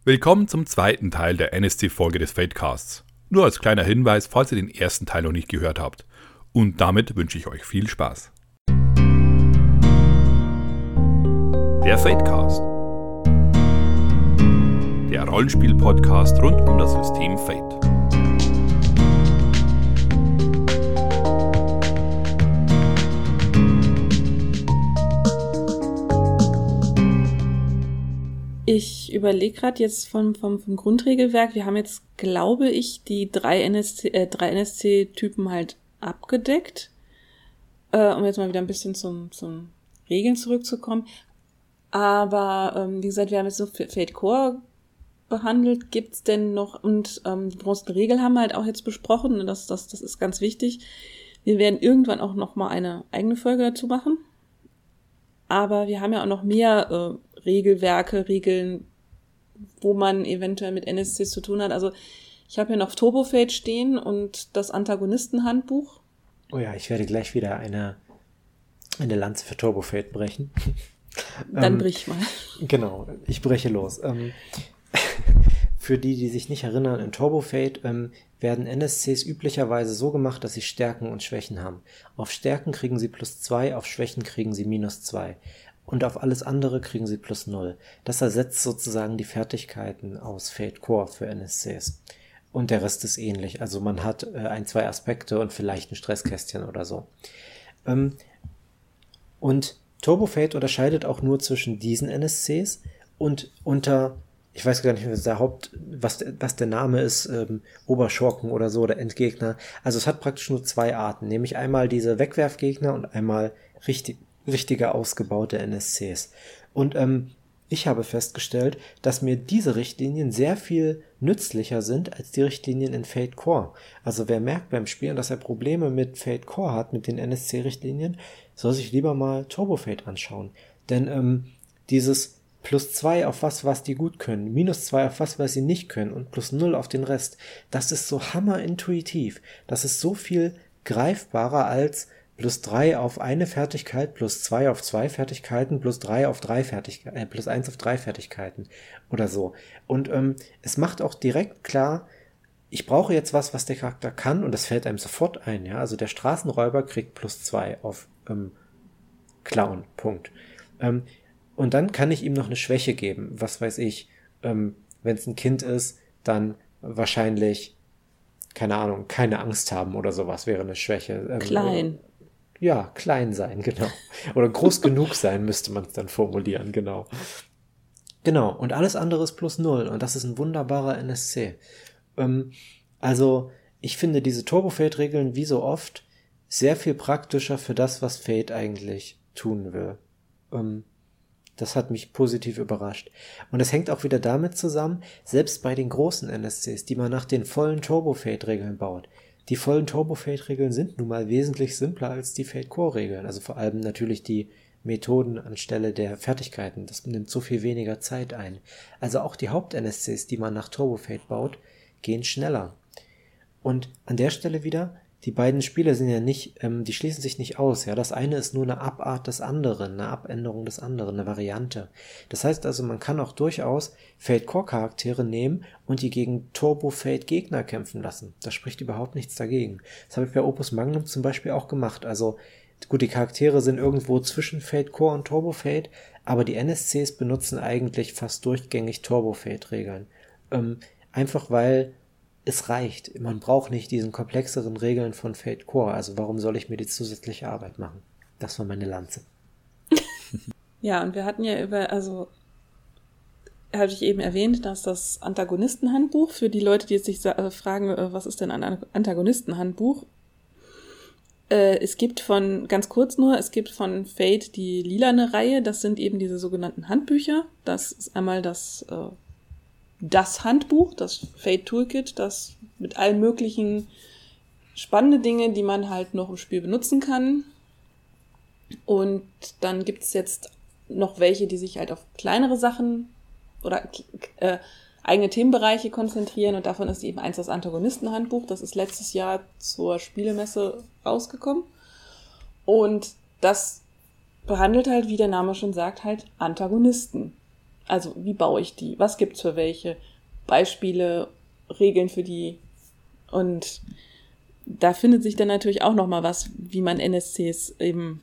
Willkommen zum zweiten Teil der NSC-Folge des Fatecasts. Nur als kleiner Hinweis, falls ihr den ersten Teil noch nicht gehört habt. Und damit wünsche ich euch viel Spaß. Der Fatecast. Der Rollenspiel-Podcast rund um das System Fate. Ich überlege gerade jetzt vom Grundregelwerk, wir haben jetzt, glaube ich, die drei NSC-Typen halt abgedeckt, um jetzt mal wieder ein bisschen zum Regeln zurückzukommen. Aber wie gesagt, wir haben jetzt so Fate Core behandelt. Gibt's denn noch, und die großen Regeln haben wir halt auch jetzt besprochen, und das ist ganz wichtig. Wir werden irgendwann auch noch mal eine eigene Folge dazu machen. Aber wir haben ja auch noch mehr Regeln, wo man eventuell mit NSCs zu tun hat. Also ich habe hier noch Turbo Fate stehen und das Antagonistenhandbuch. Oh ja, ich werde gleich wieder eine Lanze für Turbo Fate brechen. Dann brich mal. Genau, ich breche los. Für die sich nicht erinnern, in Turbo Fate werden NSCs üblicherweise so gemacht, dass sie Stärken und Schwächen haben. Auf Stärken kriegen sie +2, auf Schwächen kriegen sie -2. Und auf alles andere kriegen sie +0. Das ersetzt sozusagen die Fertigkeiten aus Fate Core für NSCs. Und der Rest ist ähnlich. Also man hat 1-2 Aspekte und vielleicht ein Stresskästchen oder so. Und Turbo Fate unterscheidet auch nur zwischen diesen NSCs und unter, ich weiß gar nicht, was der Name ist, Oberschurken oder so, oder Endgegner. Also es hat praktisch nur zwei Arten, nämlich einmal diese Wegwerfgegner und einmal richtige ausgebaute NSCs. Und ich habe festgestellt, dass mir diese Richtlinien sehr viel nützlicher sind als die Richtlinien in Fate Core. Also wer merkt beim Spielen, dass er Probleme mit Fate Core hat, mit den NSC-Richtlinien, soll sich lieber mal Turbo Fate anschauen. Denn dieses +2 auf was die gut können, -2 auf was sie nicht können und +0 auf den Rest, das ist so hammerintuitiv. Das ist so viel greifbarer als +3 auf eine Fertigkeit, +2 auf 2 Fertigkeiten, +1 auf 3 Fertigkeiten oder so. Und es macht auch direkt klar, ich brauche jetzt was der Charakter kann, und das fällt einem sofort ein. Ja? Also der Straßenräuber kriegt +2 auf Klauen, Punkt. Und dann kann ich ihm noch eine Schwäche geben. Was weiß ich, wenn es ein Kind ist, dann wahrscheinlich, keine Ahnung, keine Angst haben oder sowas wäre eine Schwäche. Klein. Ja, klein sein, genau. Oder groß genug sein, müsste man es dann formulieren, genau. Genau, und alles andere ist +0 und das ist ein wunderbarer NSC. Also, ich finde diese Turbo-Fate-Regeln wie so oft sehr viel praktischer für das, was Fate eigentlich tun will. Das hat mich positiv überrascht. Und es hängt auch wieder damit zusammen, selbst bei den großen NSCs, die man nach den vollen Turbo-Fate-Regeln baut. Die vollen Turbo-Fate-Regeln sind nun mal wesentlich simpler als die Fate-Core-Regeln. Also vor allem natürlich die Methoden anstelle der Fertigkeiten. Das nimmt so viel weniger Zeit ein. Also auch die Haupt-NSCs, die man nach Turbo-Fate baut, gehen schneller. Und an der Stelle wieder, die beiden Spiele sind ja nicht, die schließen sich nicht aus. Ja, das eine ist nur eine Abart des anderen, eine Abänderung des anderen, eine Variante. Das heißt also, man kann auch durchaus Fate-Core-Charaktere nehmen und die gegen Turbo-Fate-Gegner kämpfen lassen. Das spricht überhaupt nichts dagegen. Das habe ich bei Opus Magnum zum Beispiel auch gemacht. Also gut, die Charaktere sind irgendwo zwischen Fate-Core und Turbo-Fate, aber die NSCs benutzen eigentlich fast durchgängig Turbo-Fate-Regeln. Einfach weil es reicht. Man braucht nicht diesen komplexeren Regeln von Fate Core. Also warum soll ich mir die zusätzliche Arbeit machen? Das war meine Lanze. Ja, und wir hatten ja habe ich eben erwähnt, dass das Antagonistenhandbuch, für die Leute, die jetzt sich fragen, was ist denn ein Antagonistenhandbuch? Es gibt von Fate die lilane Reihe, das sind eben diese sogenannten Handbücher. Das ist einmal das Handbuch, das Fate Toolkit, das mit allen möglichen spannenden Dingen, die man halt noch im Spiel benutzen kann. Und dann gibt es jetzt noch welche, die sich halt auf kleinere Sachen oder eigene Themenbereiche konzentrieren. Und davon ist eben eins das Antagonistenhandbuch. Das ist letztes Jahr zur Spielemesse rausgekommen. Und das behandelt halt, wie der Name schon sagt, halt Antagonisten. Also wie baue ich die? Was gibt's für welche? Beispiele, Regeln für die. Und da findet sich dann natürlich auch nochmal was, wie man NSCs eben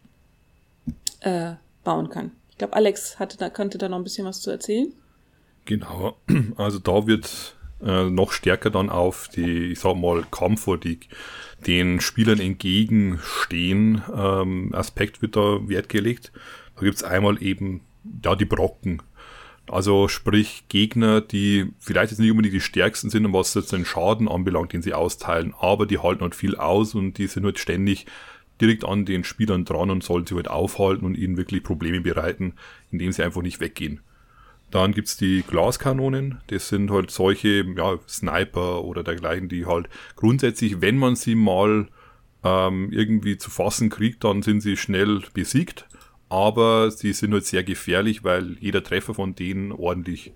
bauen kann. Ich glaube, Alex könnte da noch ein bisschen was zu erzählen. Genau, also da wird noch stärker dann auf die, ich sag mal, Komfort, die den Spielern entgegenstehen, Aspekt wird da Wert gelegt. Da gibt's einmal eben die Brocken. Also sprich Gegner, die vielleicht jetzt nicht unbedingt die stärksten sind, was jetzt den Schaden anbelangt, den sie austeilen, aber die halten halt viel aus und die sind halt ständig direkt an den Spielern dran und sollen sie halt aufhalten und ihnen wirklich Probleme bereiten, indem sie einfach nicht weggehen. Dann gibt's die Glaskanonen, das sind halt solche Sniper oder dergleichen, die halt grundsätzlich, wenn man sie mal irgendwie zu fassen kriegt, dann sind sie schnell besiegt, aber sie sind halt sehr gefährlich, weil jeder Treffer von denen ordentlich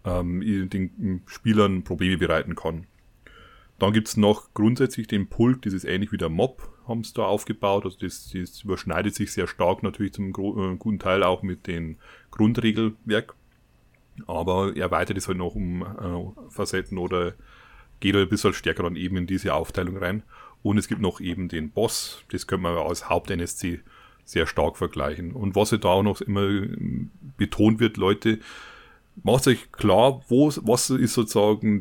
den Spielern Probleme bereiten kann. Dann gibt's noch grundsätzlich den Pulk, das ist ähnlich wie der Mob, haben sie da aufgebaut, also das überschneidet sich sehr stark natürlich zum guten Teil auch mit dem Grundregelwerk. Aber erweitert es halt noch um Facetten oder geht halt ein bisschen stärker dann eben in diese Aufteilung rein. Und es gibt noch eben den Boss, das können wir als Haupt-NSC sehr stark vergleichen. Und was halt da auch noch immer betont wird, Leute, macht euch klar, was ist sozusagen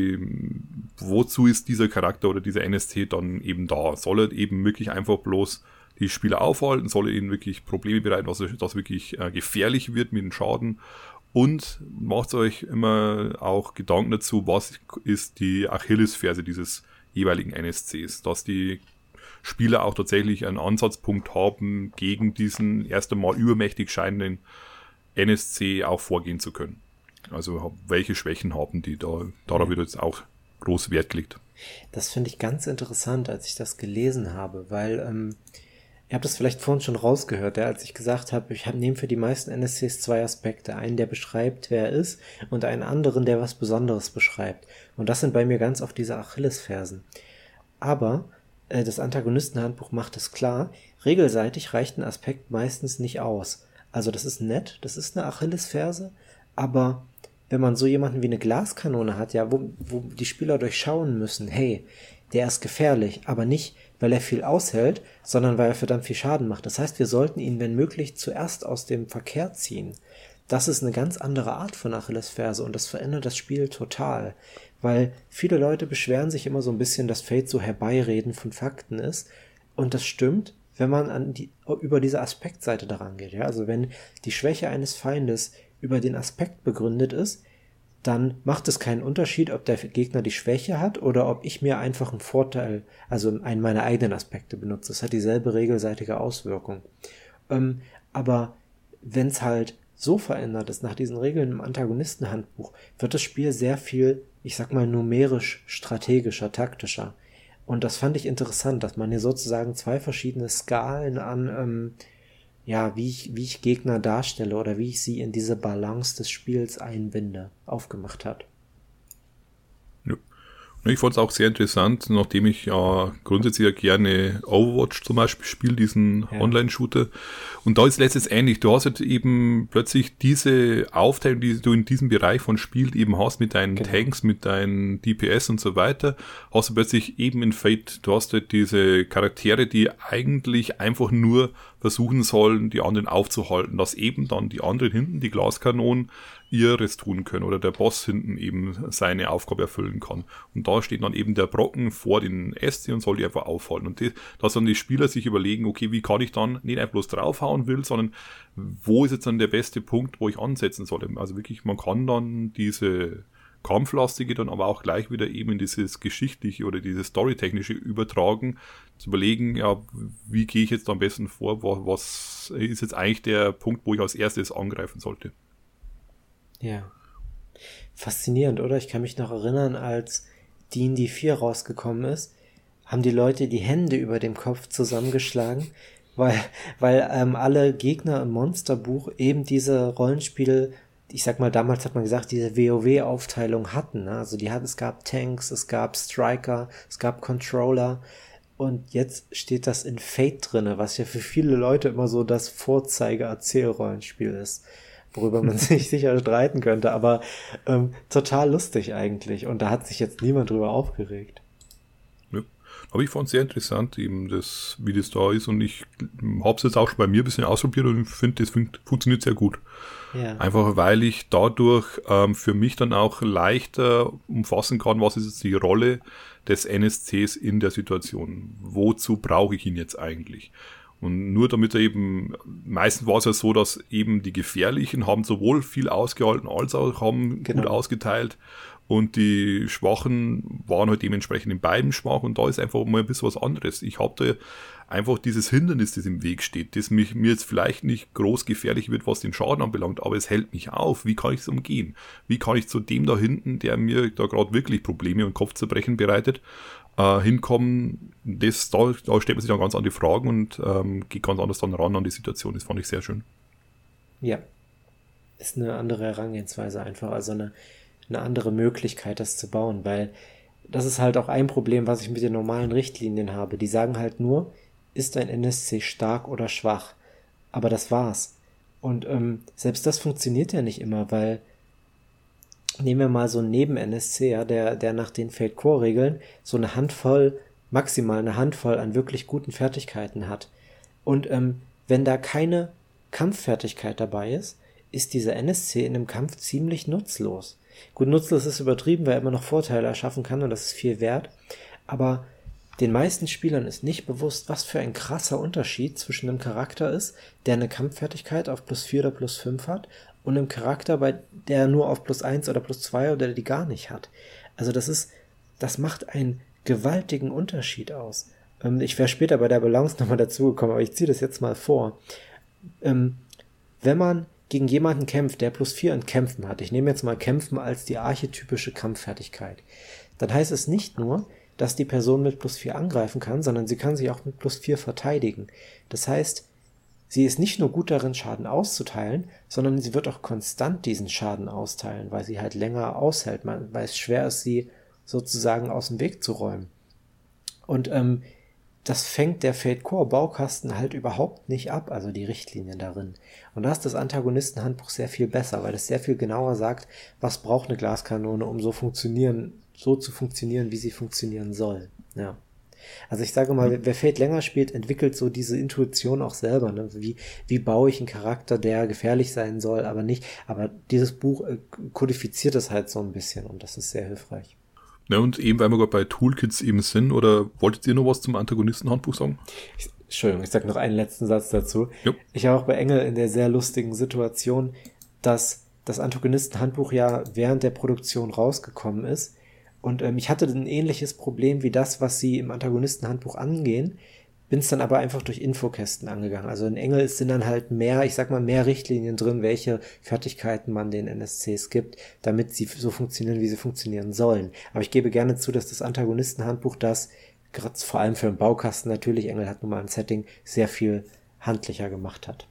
wozu ist dieser Charakter oder dieser NSC dann eben da? Soll er eben wirklich einfach bloß die Spieler aufhalten? Soll er ihnen wirklich Probleme bereiten, dass das wirklich gefährlich wird mit dem Schaden? Und macht euch immer auch Gedanken dazu, was ist die Achillesferse dieses jeweiligen NSCs, dass die Spieler auch tatsächlich einen Ansatzpunkt haben, gegen diesen erst einmal übermächtig scheinenden NSC auch vorgehen zu können. Also welche Schwächen haben die da? Darauf wird jetzt auch groß Wert gelegt. Das finde ich ganz interessant, als ich das gelesen habe, weil ihr habt das vielleicht vorhin schon rausgehört, als ich gesagt habe, ich nehme für die meisten NSCs 2 Aspekte. Einen, der beschreibt, wer er ist, und einen anderen, der was Besonderes beschreibt. Und das sind bei mir ganz oft diese Achillesfersen. Aber das Antagonistenhandbuch macht es klar, regelseitig reicht ein Aspekt meistens nicht aus. Also das ist nett, das ist eine Achillesferse, aber wenn man so jemanden wie eine Glaskanone hat, ja, wo die Spieler durchschauen müssen, hey, der ist gefährlich, aber nicht, weil er viel aushält, sondern weil er verdammt viel Schaden macht. Das heißt, wir sollten ihn, wenn möglich, zuerst aus dem Verkehr ziehen. Das ist eine ganz andere Art von Achillesferse und das verändert das Spiel total. Weil viele Leute beschweren sich immer so ein bisschen, dass Fate so Herbeireden von Fakten ist. Und das stimmt, wenn man über diese Aspektseite daran geht. Ja? Also wenn die Schwäche eines Feindes über den Aspekt begründet ist, dann macht es keinen Unterschied, ob der Gegner die Schwäche hat oder ob ich mir einfach einen Vorteil, also einen meiner eigenen Aspekte benutze. Das hat dieselbe regelseitige Auswirkung. Aber wenn es halt so verändert ist nach diesen Regeln im Antagonistenhandbuch, wird das Spiel sehr viel, ich sag mal, numerisch strategischer, taktischer. Und das fand ich interessant, dass man hier sozusagen 2 verschiedene Skalen an wie ich Gegner darstelle oder wie ich sie in diese Balance des Spiels einbinde, aufgemacht hat. Ja. Ich fand es auch sehr interessant, nachdem ich grundsätzlich ja gerne Overwatch zum Beispiel spiele, diesen Online-Shooter. Und da ist letztens ähnlich. Du hast jetzt eben plötzlich diese Aufteilung, die du in diesem Bereich von Spiel eben hast, mit deinen Tanks, mit deinen DPS und so weiter, hast du plötzlich eben in Fate, du hast halt diese Charaktere, die eigentlich einfach nur versuchen sollen, die anderen aufzuhalten, dass eben dann die anderen hinten, die Glaskanonen, ihres tun können oder der Boss hinten eben seine Aufgabe erfüllen kann. Und da steht dann eben der Brocken vor den SC und soll die einfach aufhalten. Und dass dann die Spieler sich überlegen, okay, wie kann ich dann nicht einfach bloß draufhauen will, sondern wo ist jetzt dann der beste Punkt, wo ich ansetzen soll. Also wirklich, man kann dann diese kampflastige dann aber auch gleich wieder eben in dieses geschichtliche oder dieses storytechnische übertragen, zu überlegen, ja, wie gehe ich jetzt am besten vor, was ist jetzt eigentlich der Punkt, wo ich als erstes angreifen sollte. Ja. Faszinierend, oder? Ich kann mich noch erinnern, als D&D 4 rausgekommen ist, haben die Leute die Hände über dem Kopf zusammengeschlagen, weil alle Gegner im Monsterbuch eben diese Rollenspiele, ich sag mal, damals hat man gesagt, diese WoW-Aufteilung hatten. Ne? Also es gab Tanks, es gab Striker, es gab Controller und jetzt steht das in Fate drinne, was ja für viele Leute immer so das Vorzeige-Erzählrollenspiel ist. worüber man sich sicher streiten könnte, aber total lustig eigentlich. Und da hat sich jetzt niemand drüber aufgeregt. Ja. Aber ich fand es sehr interessant, eben wie das da ist. Und ich habe es jetzt auch schon bei mir ein bisschen ausprobiert und ich finde, das funktioniert sehr gut. Ja. Einfach weil ich dadurch für mich dann auch leichter umfassen kann, was ist jetzt die Rolle des NSCs in der Situation. Wozu brauche ich ihn jetzt eigentlich? Und nur damit er eben, meistens war es ja so, dass eben die Gefährlichen haben sowohl viel ausgehalten, als auch haben gut ausgeteilt. Und die Schwachen waren halt dementsprechend in beiden schwach. Und da ist einfach mal ein bisschen was anderes. Ich habe da einfach dieses Hindernis, das im Weg steht, das mir jetzt vielleicht nicht groß gefährlich wird, was den Schaden anbelangt, aber es hält mich auf. Wie kann ich es umgehen? Wie kann ich zu dem da hinten, der mir da gerade wirklich Probleme und Kopfzerbrechen bereitet, hinkommen? Da stellt man sich dann ganz andere Fragen und geht ganz anders dann ran an die Situation. Das fand ich sehr schön. Ja, ist eine andere Herangehensweise einfach, also eine andere Möglichkeit, das zu bauen, weil das ist halt auch ein Problem, was ich mit den normalen Richtlinien habe. Die sagen halt nur, ist ein NSC stark oder schwach? Aber das war's. Und selbst das funktioniert ja nicht immer, weil nehmen wir mal so einen Neben-NSC, ja, der nach den Fate-Core-Regeln so maximal eine Handvoll an wirklich guten Fertigkeiten hat. Und wenn da keine Kampffertigkeit dabei ist dieser NSC in einem Kampf ziemlich nutzlos. Gut, nutzlos ist übertrieben, weil er immer noch Vorteile erschaffen kann und das ist viel wert. Aber den meisten Spielern ist nicht bewusst, was für ein krasser Unterschied zwischen einem Charakter ist, der eine Kampffertigkeit auf +4 oder +5 hat und einem Charakter, der nur auf +1 oder +2 oder die gar nicht hat. Also das macht einen gewaltigen Unterschied aus. Ich wäre später bei der Balance nochmal dazugekommen, aber ich ziehe das jetzt mal vor. Wenn man gegen jemanden kämpft, der +4 in Kämpfen hat, ich nehme jetzt mal Kämpfen als die archetypische Kampffertigkeit, dann heißt es nicht nur, dass die Person mit +4 angreifen kann, sondern sie kann sich auch mit +4 verteidigen. Das heißt, sie ist nicht nur gut darin, Schaden auszuteilen, sondern sie wird auch konstant diesen Schaden austeilen, weil sie halt länger aushält, weil es schwer ist, sie sozusagen aus dem Weg zu räumen. Und das fängt der Fate-Core-Baukasten halt überhaupt nicht ab, also die Richtlinien darin. Und da ist das Antagonistenhandbuch sehr viel besser, weil es sehr viel genauer sagt, was braucht eine Glaskanone, um so zu funktionieren, wie sie funktionieren soll. Ja. Also ich sage mal, wer Fate länger spielt, entwickelt so diese Intuition auch selber. Ne? Wie baue ich einen Charakter, der gefährlich sein soll, aber nicht. Aber dieses Buch kodifiziert es halt so ein bisschen und das ist sehr hilfreich. Ja, und eben, weil wir gerade bei Toolkits eben sind, oder wolltet ihr noch was zum Antagonistenhandbuch sagen? Entschuldigung, ich sage noch einen letzten Satz dazu. Jo. Ich war auch bei Engel in der sehr lustigen Situation, dass das Antagonistenhandbuch ja während der Produktion rausgekommen ist. Und ich hatte ein ähnliches Problem wie das, was sie im Antagonistenhandbuch angehen, bin es dann aber einfach durch Infokästen angegangen. Also in Engel sind dann halt mehr Richtlinien drin, welche Fertigkeiten man den NSCs gibt, damit sie so funktionieren, wie sie funktionieren sollen. Aber ich gebe gerne zu, dass das Antagonistenhandbuch das, gerade vor allem für einen Baukasten natürlich, Engel hat nun mal ein Setting, sehr viel handlicher gemacht hat.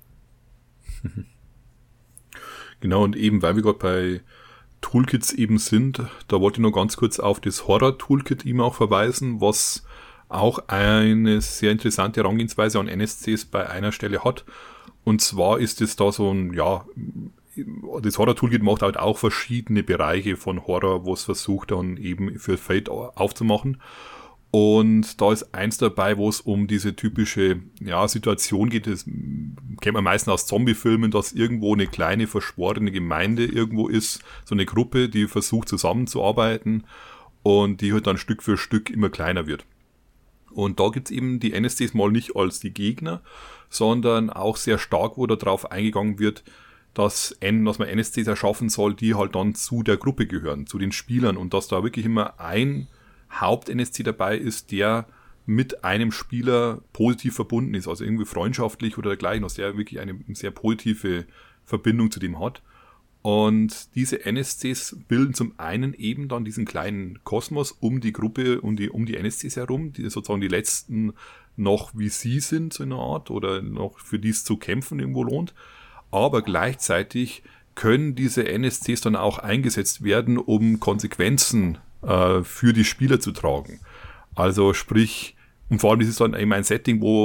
Genau, und eben, weil wir gerade bei Toolkits eben sind, da wollte ich noch ganz kurz auf das Horror-Toolkit eben auch verweisen, was auch eine sehr interessante Herangehensweise an NSCs bei einer Stelle hat. Und zwar ist es da so ein, ja, das Horror-Toolkit macht halt auch verschiedene Bereiche von Horror, wo es versucht dann eben für Fate aufzumachen. Und da ist eins dabei, wo es um diese typische Situation geht. Das kennt man meistens aus Zombie-Filmen, dass irgendwo eine kleine verschworene Gemeinde irgendwo ist, so eine Gruppe, die versucht zusammenzuarbeiten und die halt dann Stück für Stück immer kleiner wird. Und da gibt's eben die NSCs mal nicht als die Gegner, sondern auch sehr stark, wo da drauf eingegangen wird, dass man NSCs erschaffen soll, die halt dann zu der Gruppe gehören, zu den Spielern, und dass da wirklich immer ein Haupt-NSC dabei ist, der mit einem Spieler positiv verbunden ist, also irgendwie freundschaftlich oder dergleichen, dass der wirklich eine sehr positive Verbindung zu dem hat. Und diese NSCs bilden zum einen eben dann diesen kleinen Kosmos um die Gruppe, um die NSCs herum, die sozusagen die letzten noch wie sie sind, so in einer Art, oder noch für die es zu kämpfen irgendwo lohnt. Aber gleichzeitig können diese NSCs dann auch eingesetzt werden, um Konsequenzen für die Spieler zu tragen. Also sprich, und vor allem ist es dann eben ein Setting, wo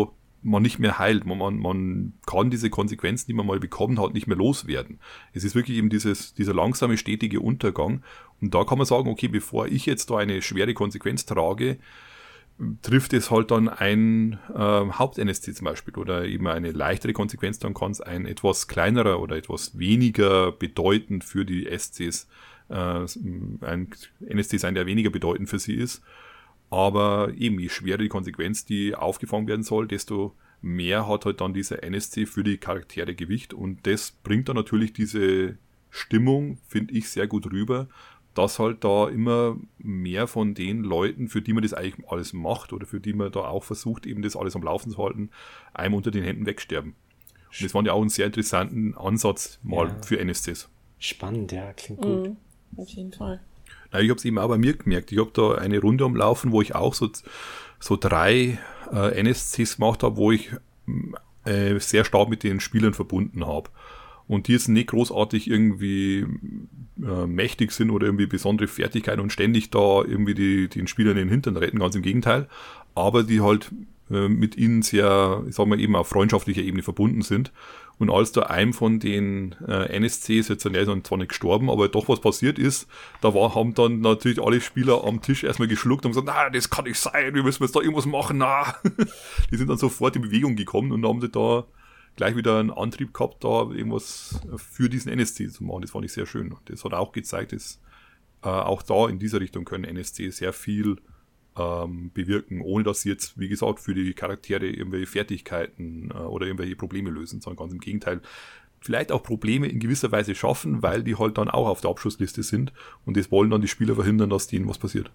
man nicht mehr heilt. Man kann diese Konsequenzen, die man mal bekommen hat, nicht mehr loswerden. Es ist wirklich eben dieser langsame, stetige Untergang. Und da kann man sagen, okay, bevor ich jetzt da eine schwere Konsequenz trage, trifft es halt dann ein Haupt-NSC zum Beispiel oder eben eine leichtere Konsequenz, dann kann es ein etwas kleinerer oder etwas weniger bedeutend für die SCs, ein NSC sein, der weniger bedeutend für sie ist. Aber eben, je schwerer die Konsequenz, die aufgefangen werden soll, desto mehr hat halt dann dieser NSC für die Charaktere Gewicht. Und das bringt dann natürlich diese Stimmung, finde ich, sehr gut rüber, dass halt da immer mehr von den Leuten, für die man das eigentlich alles macht oder für die man da auch versucht, eben das alles am Laufen zu halten, einem unter den Händen wegsterben. Und das war ja auch einen sehr interessanten Ansatz mal für NSCs. Spannend, ja, klingt gut. Auf jeden Fall. Na, ich habe es eben auch bei mir gemerkt. Ich habe da eine Runde am Laufen, wo ich auch so 3 NSCs gemacht habe, wo ich sehr stark mit den Spielern verbunden habe. Und die jetzt nicht großartig irgendwie mächtig sind oder irgendwie besondere Fertigkeiten und ständig da irgendwie den Spielern in den Hintern retten, ganz im Gegenteil. Aber die halt mit ihnen sehr, ich sag mal, eben auf freundschaftlicher Ebene verbunden sind. Und als da einem von den NSCs, jetzt der ist zwar nicht gestorben, aber doch was passiert ist, haben dann natürlich alle Spieler am Tisch erstmal geschluckt und gesagt, na, das kann nicht sein, wir müssen jetzt da irgendwas machen, na. Die sind dann sofort in Bewegung gekommen und haben da gleich wieder einen Antrieb gehabt, da irgendwas für diesen NSC zu machen. Das fand ich sehr schön. Und das hat auch gezeigt, dass auch da in dieser Richtung können NSC sehr viel bewirken, ohne dass sie jetzt, wie gesagt, für die Charaktere irgendwelche Fertigkeiten oder irgendwelche Probleme lösen, sondern ganz im Gegenteil, vielleicht auch Probleme in gewisser Weise schaffen, weil die halt dann auch auf der Abschussliste sind und das wollen dann die Spieler verhindern, dass denen was passiert.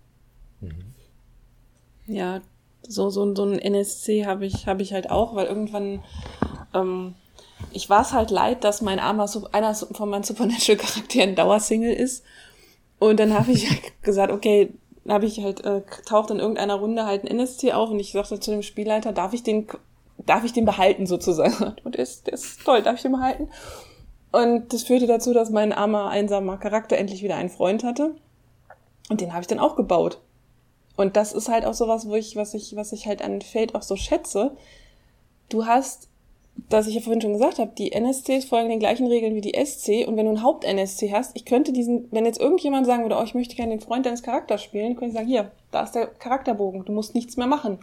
Ja, so ein NSC habe ich halt auch, weil irgendwann ich war es halt leid, dass einer von meinen Supernatural-Charakteren Dauersingle ist. Und dann habe ich gesagt, okay, habe ich halt, taucht in irgendeiner Runde halt ein NSC auf und ich sagte zu dem Spielleiter, darf ich den behalten sozusagen? Und der ist toll, darf ich den behalten? Und das führte dazu, dass mein armer, einsamer Charakter endlich wieder einen Freund hatte. Und den habe ich dann auch gebaut. Und das ist halt auch sowas, was ich halt an Fate auch so schätze. Du hast, dass ich ja vorhin schon gesagt habe, die NSCs folgen den gleichen Regeln wie die SC und wenn du einen Haupt-NSC hast, ich könnte wenn jetzt irgendjemand sagen würde, oh, ich möchte gerne den Freund deines Charakters spielen, könnte ich sagen, hier, da ist der Charakterbogen, du musst nichts mehr machen.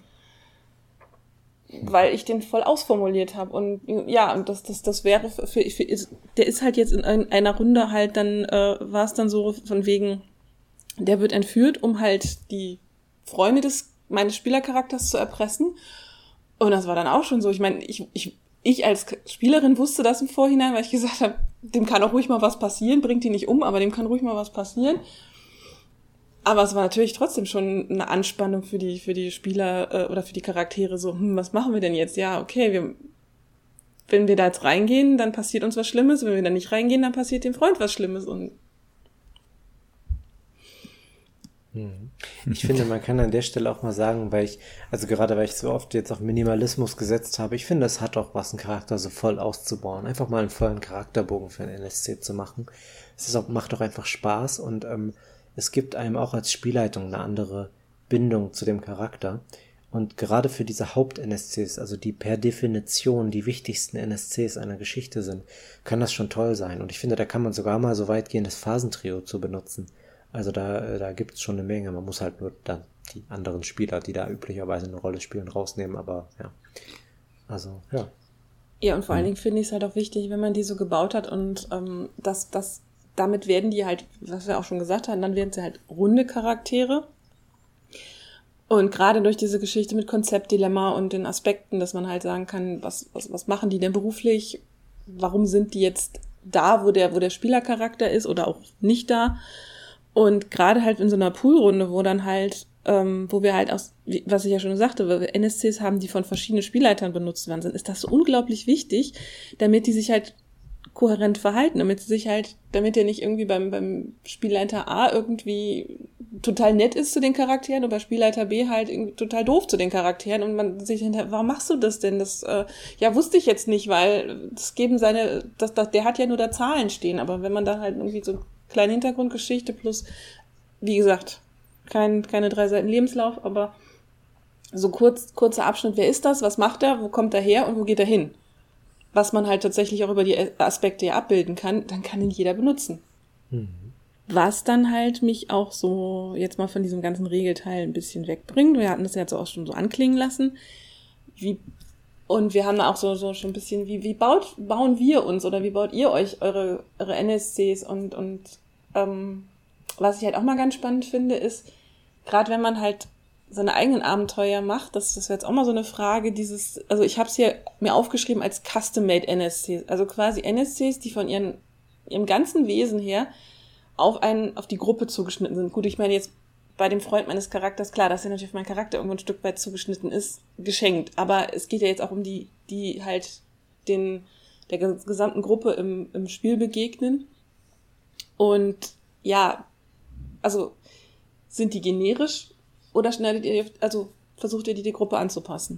Weil ich den voll ausformuliert habe und ja, und das wäre der ist halt jetzt in einer Runde halt dann, war es dann so von wegen, der wird entführt, um halt die Freunde meines Spielercharakters zu erpressen. Und das war dann auch schon so, ich meine, ich als Spielerin wusste das im Vorhinein, weil ich gesagt habe, dem kann auch ruhig mal was passieren, bringt ihn nicht um, aber dem kann ruhig mal was passieren. Aber es war natürlich trotzdem schon eine Anspannung für die Spieler oder für die Charaktere, so, was machen wir denn jetzt? Ja, okay, wenn wir da jetzt reingehen, dann passiert uns was Schlimmes, wenn wir da nicht reingehen, dann passiert dem Freund was Schlimmes und ich finde, man kann an der Stelle auch mal sagen, weil ich so oft jetzt auf Minimalismus gesetzt habe, ich finde, es hat auch was, einen Charakter so voll auszubauen. Einfach mal einen vollen Charakterbogen für einen NSC zu machen. Macht doch einfach Spaß und es gibt einem auch als Spielleitung eine andere Bindung zu dem Charakter. Und gerade für diese Haupt-NSCs, also die per Definition die wichtigsten NSCs einer Geschichte sind, kann das schon toll sein. Und ich finde, da kann man sogar mal so weit gehen, das Phasentrio zu benutzen. Also da gibt's schon eine Menge. Man muss halt nur dann die anderen Spieler, die da üblicherweise eine Rolle spielen, rausnehmen. Aber ja, also ja. Ja, und vor allen Dingen finde ich es halt auch wichtig, wenn man die so gebaut hat und damit werden die halt, was wir auch schon gesagt haben, dann werden sie halt runde Charaktere. Und gerade durch diese Geschichte mit Konzeptdilemma und den Aspekten, dass man halt sagen kann, was machen die denn beruflich? Warum sind die jetzt da, wo der Spielercharakter ist oder auch nicht da? Und gerade halt in so einer Poolrunde, wo dann halt, wo wir halt was ich ja schon sagte, weil wir NSCs haben, die von verschiedenen Spielleitern benutzt worden sind, ist das so unglaublich wichtig, damit die sich halt kohärent verhalten, damit der nicht irgendwie beim Spielleiter A irgendwie total nett ist zu den Charakteren und bei Spielleiter B halt irgendwie total doof zu den Charakteren und man sich hinterher, warum machst du das denn? Das, wusste ich jetzt nicht, weil der hat ja nur da Zahlen stehen, aber wenn man da halt irgendwie so kleine Hintergrundgeschichte plus, wie gesagt, keine 3 Seiten Lebenslauf, aber so kurzer Abschnitt, wer ist das, was macht er, wo kommt er her und wo geht er hin? Was man halt tatsächlich auch über die Aspekte ja abbilden kann, dann kann ihn jeder benutzen. Was dann halt mich auch so jetzt mal von diesem ganzen Regelteil ein bisschen wegbringt. Wir hatten das ja jetzt auch schon so anklingen lassen. Und wir haben da auch so schon ein bisschen, wie bauen wir uns oder wie baut ihr euch eure NSCs und was ich halt auch mal ganz spannend finde, ist, gerade wenn man halt seine eigenen Abenteuer macht, das wäre jetzt auch mal so eine Frage, also ich habe es hier mir aufgeschrieben als Custom-Made NSCs, also quasi NSCs, die von ihrem ganzen Wesen her auf die Gruppe zugeschnitten sind. Gut, ich meine jetzt bei dem Freund meines Charakters, klar, dass er natürlich auf meinen Charakter irgendwo ein Stück weit zugeschnitten ist, geschenkt, aber es geht ja jetzt auch um die halt der gesamten Gruppe im Spiel begegnen. Und ja, also sind die generisch oder versucht ihr die Gruppe anzupassen?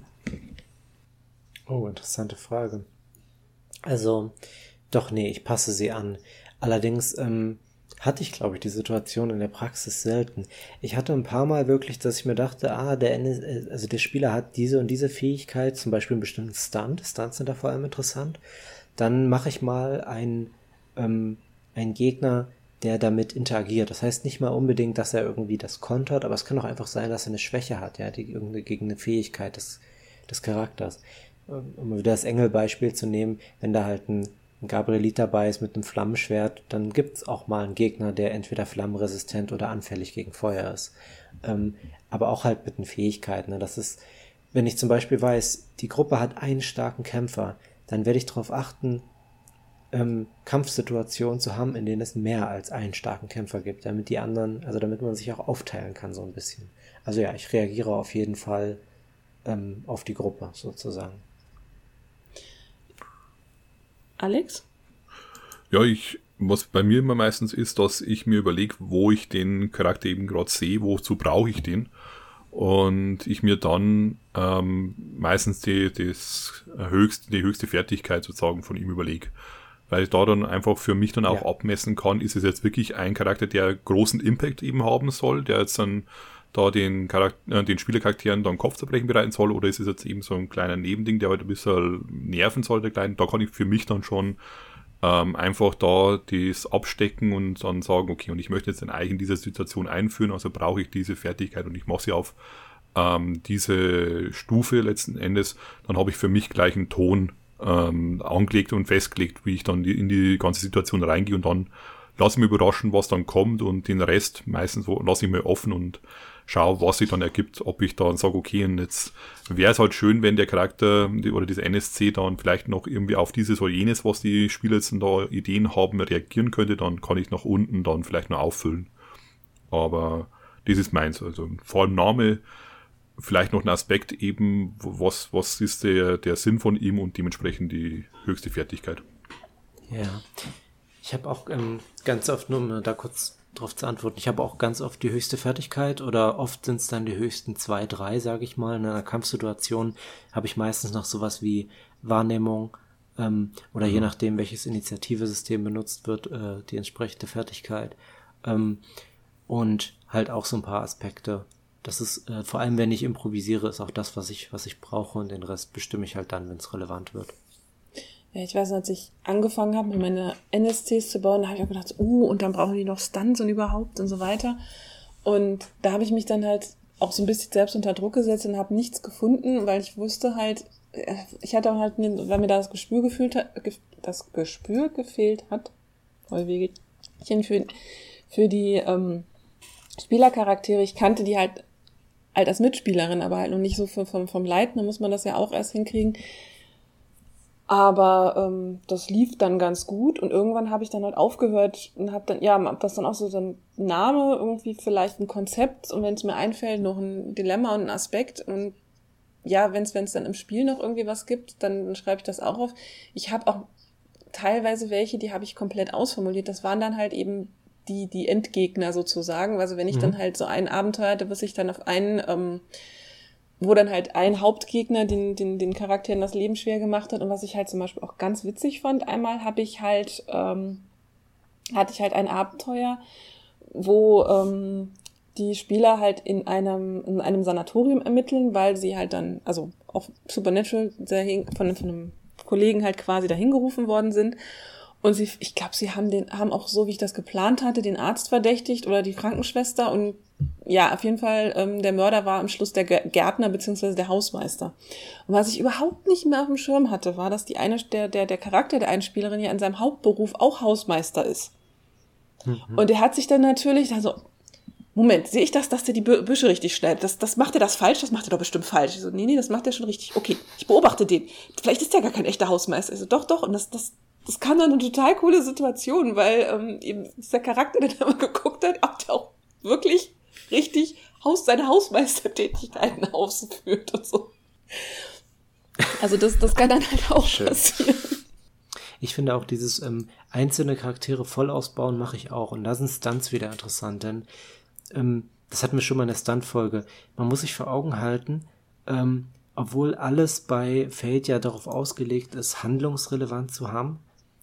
Oh, interessante Frage. Also, doch, nee, ich passe sie an. Allerdings hatte ich, glaube ich, die Situation in der Praxis selten. Ich hatte ein paar Mal wirklich, dass ich mir dachte, der Spieler hat diese und diese Fähigkeit, zum Beispiel einen bestimmten Stunt. Stunts sind da vor allem interessant. Dann mache ich mal einen Gegner, der damit interagiert. Das heißt nicht mal unbedingt, dass er irgendwie das kontert, aber es kann auch einfach sein, dass er eine Schwäche hat, ja, gegen eine Fähigkeit des Charakters. Um wieder das Engel-Beispiel zu nehmen, wenn da halt ein Gabrielit dabei ist mit einem Flammenschwert, dann gibt's auch mal einen Gegner, der entweder flammenresistent oder anfällig gegen Feuer ist. Aber auch halt mit den Fähigkeiten. Ne? Das ist, wenn ich zum Beispiel weiß, die Gruppe hat einen starken Kämpfer, dann werde ich darauf achten, Kampfsituationen zu haben, in denen es mehr als einen starken Kämpfer gibt, damit die anderen, also damit man sich auch aufteilen kann so ein bisschen. Also ja, ich reagiere auf jeden Fall auf die Gruppe sozusagen. Alex? Ja, was bei mir immer meistens ist, dass ich mir überlege, wo ich den Charakter eben gerade sehe, wozu brauche ich den. Und ich mir dann meistens die höchste Fertigkeit sozusagen von ihm überlege. Weil ich da dann einfach für mich dann auch abmessen kann, ist es jetzt wirklich ein Charakter, der großen Impact eben haben soll, der jetzt dann da den Spielercharakteren dann Kopfzerbrechen bereiten soll, oder ist es jetzt eben so ein kleiner Nebending, der halt ein bisschen nerven soll, der Kleine. Da kann ich für mich dann schon einfach da das abstecken und dann sagen, okay, und ich möchte jetzt eigentlich in dieser Situation einführen, also brauche ich diese Fertigkeit und ich mache sie auf diese Stufe letzten Endes, dann habe ich für mich gleich einen Ton angelegt und festgelegt, wie ich dann in die ganze Situation reingehe, und dann lasse ich mich überraschen, was dann kommt, und den Rest meistens lasse ich mir offen und schaue, was sich dann ergibt, ob ich dann sage, okay, und jetzt wäre es halt schön, wenn der Charakter oder dieser NSC dann vielleicht noch irgendwie auf dieses oder jenes, was die Spieler jetzt da Ideen haben, reagieren könnte, dann kann ich nach unten dann vielleicht noch auffüllen. Aber das ist meins, also vor allem Name, vielleicht noch ein Aspekt eben, was ist der Sinn von ihm und dementsprechend die höchste Fertigkeit. Ja, ich habe auch ganz oft, nur um da kurz drauf zu antworten, ich habe auch ganz oft die höchste Fertigkeit, oder oft sind es dann die höchsten 2, 3, sage ich mal. In einer Kampfsituation habe ich meistens noch sowas wie Wahrnehmung oder je nachdem, welches Initiativesystem benutzt wird, die entsprechende Fertigkeit und halt auch so ein paar Aspekte. Das ist, vor allem wenn ich improvisiere, ist auch das, was ich brauche, und den Rest bestimme ich halt dann, wenn es relevant wird. Ja, ich weiß, als ich angefangen habe, meine NSCs zu bauen, da habe ich auch gedacht, und dann brauchen die noch Stunts und überhaupt und so weiter. Und da habe ich mich dann halt auch so ein bisschen selbst unter Druck gesetzt und habe nichts gefunden, weil ich wusste halt, ich hatte auch halt, weil mir da das Gespür gefehlt hat, für die Spielercharaktere. Ich kannte die halt als Mitspielerin, aber halt noch nicht so vom Leiten, da muss man das ja auch erst hinkriegen. Aber das lief dann ganz gut, und irgendwann habe ich dann halt aufgehört und habe dann, das dann auch so ein Name, irgendwie vielleicht ein Konzept, und wenn es mir einfällt, noch ein Dilemma und ein Aspekt, und ja, wenn es dann im Spiel noch irgendwie was gibt, dann schreibe ich das auch auf. Ich habe auch teilweise welche, die habe ich komplett ausformuliert, das waren dann halt eben die Endgegner sozusagen, also wenn ich dann halt so ein Abenteuer hatte, was ich dann auf einen wo dann halt ein Hauptgegner den Charakteren das Leben schwer gemacht hat, und was ich halt zum Beispiel auch ganz witzig fand, einmal hatte ich halt ein Abenteuer, wo die Spieler halt in einem Sanatorium ermitteln, weil sie halt dann, also auf Supernatural von einem Kollegen halt quasi dahin gerufen worden sind. Und ich glaube, sie haben auch so, wie ich das geplant hatte, den Arzt verdächtigt oder die Krankenschwester. Und ja, auf jeden Fall, der Mörder war am Schluss der Gärtner bzw. der Hausmeister. Und was ich überhaupt nicht mehr auf dem Schirm hatte, war, dass der Charakter der einen Spielerin ja in seinem Hauptberuf auch Hausmeister ist. Und er hat sich dann natürlich, also, Moment, sehe ich das, dass der die Büsche richtig schneidet? Das macht er das falsch? Das macht er doch bestimmt falsch. Ich so, nee, das macht er schon richtig. Okay, ich beobachte den. Vielleicht ist der gar kein echter Hausmeister. Ich so, doch. Und das kam dann eine total coole Situation, weil eben ist der Charakter, der da mal geguckt hat, ob der auch wirklich richtig seine Hausmeistertätigkeiten ausführt und so. Also das kann dann halt auch passieren. Ich finde auch dieses einzelne Charaktere voll ausbauen mache ich auch. Und da sind Stunts wieder interessant, denn das hatten wir schon mal in der Stunt-Folge. Man muss sich vor Augen halten, obwohl alles bei Fate ja darauf ausgelegt ist, Handlungsrelevanz zu haben,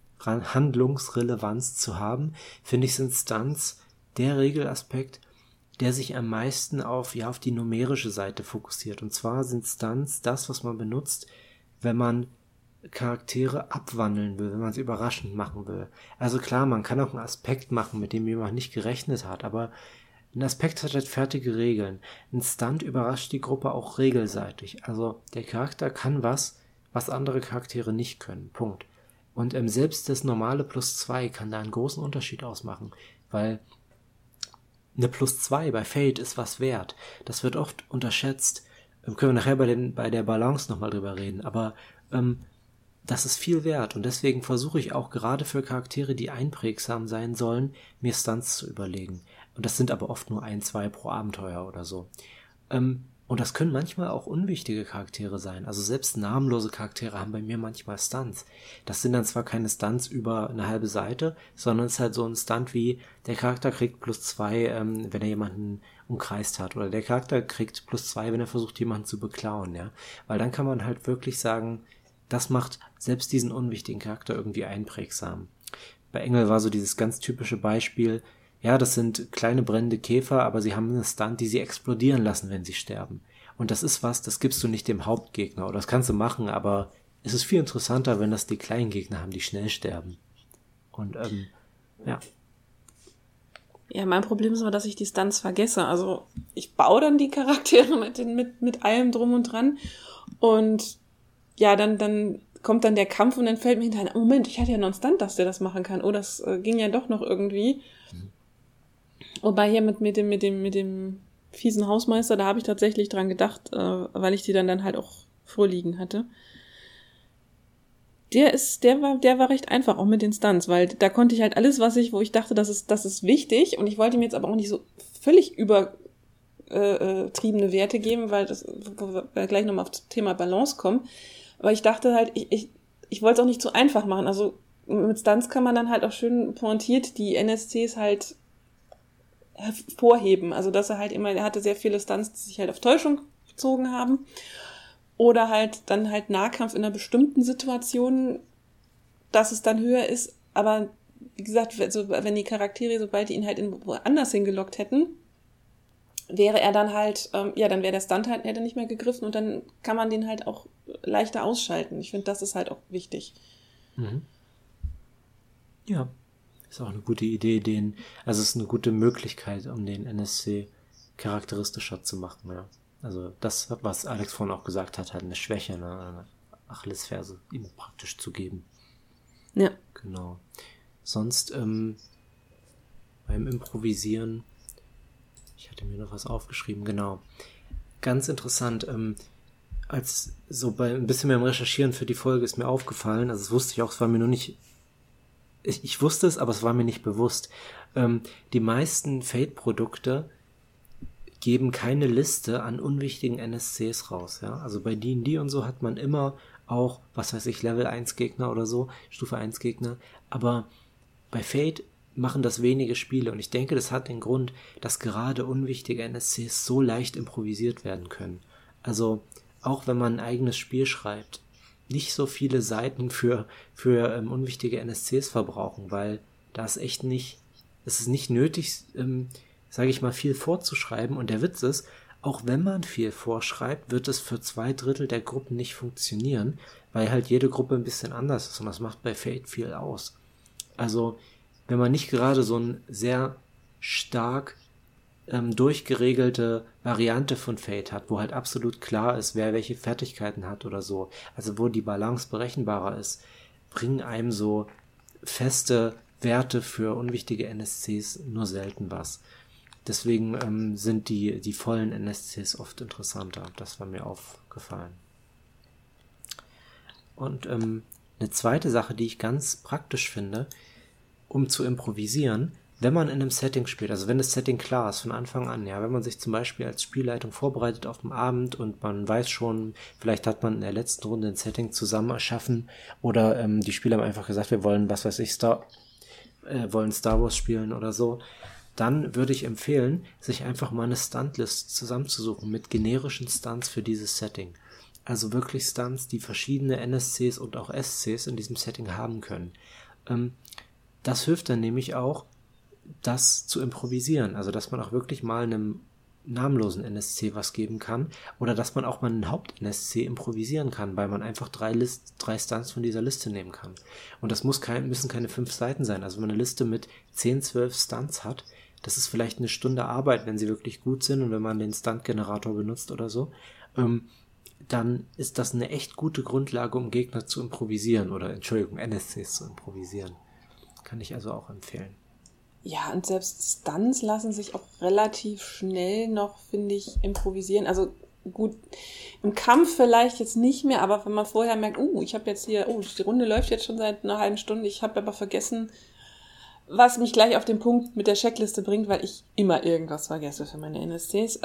finde ich, sind Stunts der Regelaspekt, der sich am meisten auf die numerische Seite fokussiert. Und zwar sind Stunts das, was man benutzt, wenn man Charaktere abwandeln will, wenn man sie überraschend machen will. Also klar, man kann auch einen Aspekt machen, mit dem jemand nicht gerechnet hat, aber ein Aspekt hat halt fertige Regeln. Ein Stunt überrascht die Gruppe auch regelseitig. Also der Charakter kann was andere Charaktere nicht können. Punkt. Und selbst das normale +2 kann da einen großen Unterschied ausmachen, weil eine +2 bei Fate ist was wert. Das wird oft unterschätzt. Können wir nachher bei der Balance nochmal drüber reden, aber das ist viel wert und deswegen versuche ich auch gerade für Charaktere, die einprägsam sein sollen, mir Stunts zu überlegen. Und das sind aber oft nur 1, 2 pro Abenteuer oder so. Und das können manchmal auch unwichtige Charaktere sein. Also selbst namenlose Charaktere haben bei mir manchmal Stunts. Das sind dann zwar keine Stunts über eine halbe Seite, sondern es ist halt so ein Stunt wie, der Charakter kriegt +2, wenn er jemanden umkreist hat. Oder der Charakter kriegt +2, wenn er versucht, jemanden zu beklauen. Ja? Weil dann kann man halt wirklich sagen, das macht selbst diesen unwichtigen Charakter irgendwie einprägsam. Bei Engel war so dieses ganz typische Beispiel, ja, das sind kleine brennende Käfer, aber sie haben einen Stunt, die sie explodieren lassen, wenn sie sterben. Und das ist was, das gibst du nicht dem Hauptgegner. Oder das kannst du machen, aber es ist viel interessanter, wenn das die kleinen Gegner haben, die schnell sterben. Und, ja. Ja, mein Problem ist aber, dass ich die Stunts vergesse. Also ich baue dann die Charaktere mit allem drum und dran. Und ja, dann kommt dann der Kampf und dann fällt mir hinterher, Moment, ich hatte ja noch einen Stunt, dass der das machen kann. Oh, das ging ja doch noch irgendwie. Wobei hier mit dem fiesen Hausmeister, da habe ich tatsächlich dran gedacht, weil ich die dann halt auch vorliegen hatte. Der war recht einfach, auch mit den Stunts, weil da konnte ich halt alles, wo ich dachte, das ist wichtig, und ich wollte ihm jetzt aber auch nicht so völlig übertriebene Werte geben, weil wir gleich nochmal auf das Thema Balance kommen. Aber ich dachte halt, ich wollte es auch nicht zu einfach machen. Also mit Stunts kann man dann halt auch schön pointiert die NSCs halt hervorheben. Also dass er hatte sehr viele Stunts, die sich halt auf Täuschung bezogen haben. Oder halt dann halt Nahkampf in einer bestimmten Situation, dass es dann höher ist. Aber wie gesagt, wenn die Charaktere, sobald die ihn halt woanders hingelockt hätten, wäre er dann halt, dann wäre der Stunt halt, hätte nicht mehr gegriffen, und dann kann man den halt auch leichter ausschalten. Ich finde, das ist halt auch wichtig. Mhm. Ja, ist auch eine gute Idee, also es ist eine gute Möglichkeit, um den NSC charakteristischer zu machen, ja. Also das, was Alex vorhin auch gesagt hat, eine Schwäche, eine Achillesferse ihm praktisch zu geben. Ja. Genau. Sonst beim Improvisieren, ich hatte mir noch was aufgeschrieben, genau. Ganz interessant, als so ein bisschen beim Recherchieren für die Folge ist mir aufgefallen, also das wusste ich auch, es war mir nur nicht, ich wusste es, aber es war mir nicht bewusst. Die meisten Fate-Produkte geben keine Liste an unwichtigen NSCs raus, ja. Also bei D&D und so hat man immer auch, was weiß ich, Level 1 Gegner oder so, Stufe 1 Gegner, aber bei Fate machen das wenige Spiele, und ich denke, das hat den Grund, dass gerade unwichtige NSCs so leicht improvisiert werden können. Also auch wenn man ein eigenes Spiel schreibt, nicht so viele Seiten für unwichtige NSCs verbrauchen, weil da ist echt nicht, es ist nicht nötig, sage ich mal, viel vorzuschreiben. Und der Witz ist, auch wenn man viel vorschreibt, wird es für 2/3 der Gruppen nicht funktionieren, weil halt jede Gruppe ein bisschen anders ist und das macht bei Fate viel aus. Also, wenn man nicht gerade so ein sehr stark durchgeregelte Variante von Fate hat, wo halt absolut klar ist, wer welche Fertigkeiten hat oder so, also wo die Balance berechenbarer ist, bringen einem so feste Werte für unwichtige NSCs nur selten was. Deswegen sind die vollen NSCs oft interessanter. Das war mir aufgefallen. Und eine zweite Sache, die ich ganz praktisch finde, um zu improvisieren, wenn man in einem Setting spielt, also wenn das Setting klar ist von Anfang an, ja, wenn man sich zum Beispiel als Spielleitung vorbereitet auf den Abend und man weiß schon, vielleicht hat man in der letzten Runde ein Setting zusammen erschaffen oder die Spieler haben einfach gesagt, wir wollen, was weiß ich, wollen Star Wars spielen oder so, dann würde ich empfehlen, sich einfach mal eine Stuntlist zusammenzusuchen mit generischen Stunts für dieses Setting. Also wirklich Stunts, die verschiedene NSCs und auch SCs in diesem Setting haben können. Das hilft dann nämlich auch, das zu improvisieren. Also, dass man auch wirklich mal einem namenlosen NSC was geben kann oder dass man auch mal einen Haupt-NSC improvisieren kann, weil man einfach drei Stunts von dieser Liste nehmen kann. Und das müssen keine 5 Seiten sein. Also, wenn man eine Liste mit 10, 12 Stunts hat, das ist vielleicht eine Stunde Arbeit, wenn sie wirklich gut sind und wenn man den Stunt-Generator benutzt oder so, dann ist das eine echt gute Grundlage, um Gegner zu improvisieren oder, NSCs zu improvisieren. Kann ich also auch empfehlen. Ja, und selbst Stunts lassen sich auch relativ schnell noch, finde ich, improvisieren. Also gut, im Kampf vielleicht jetzt nicht mehr, aber wenn man vorher merkt, ich habe jetzt hier, die Runde läuft jetzt schon seit einer halben Stunde, ich habe aber vergessen, was mich gleich auf den Punkt mit der Checkliste bringt, weil ich immer irgendwas vergesse für meine NSCs.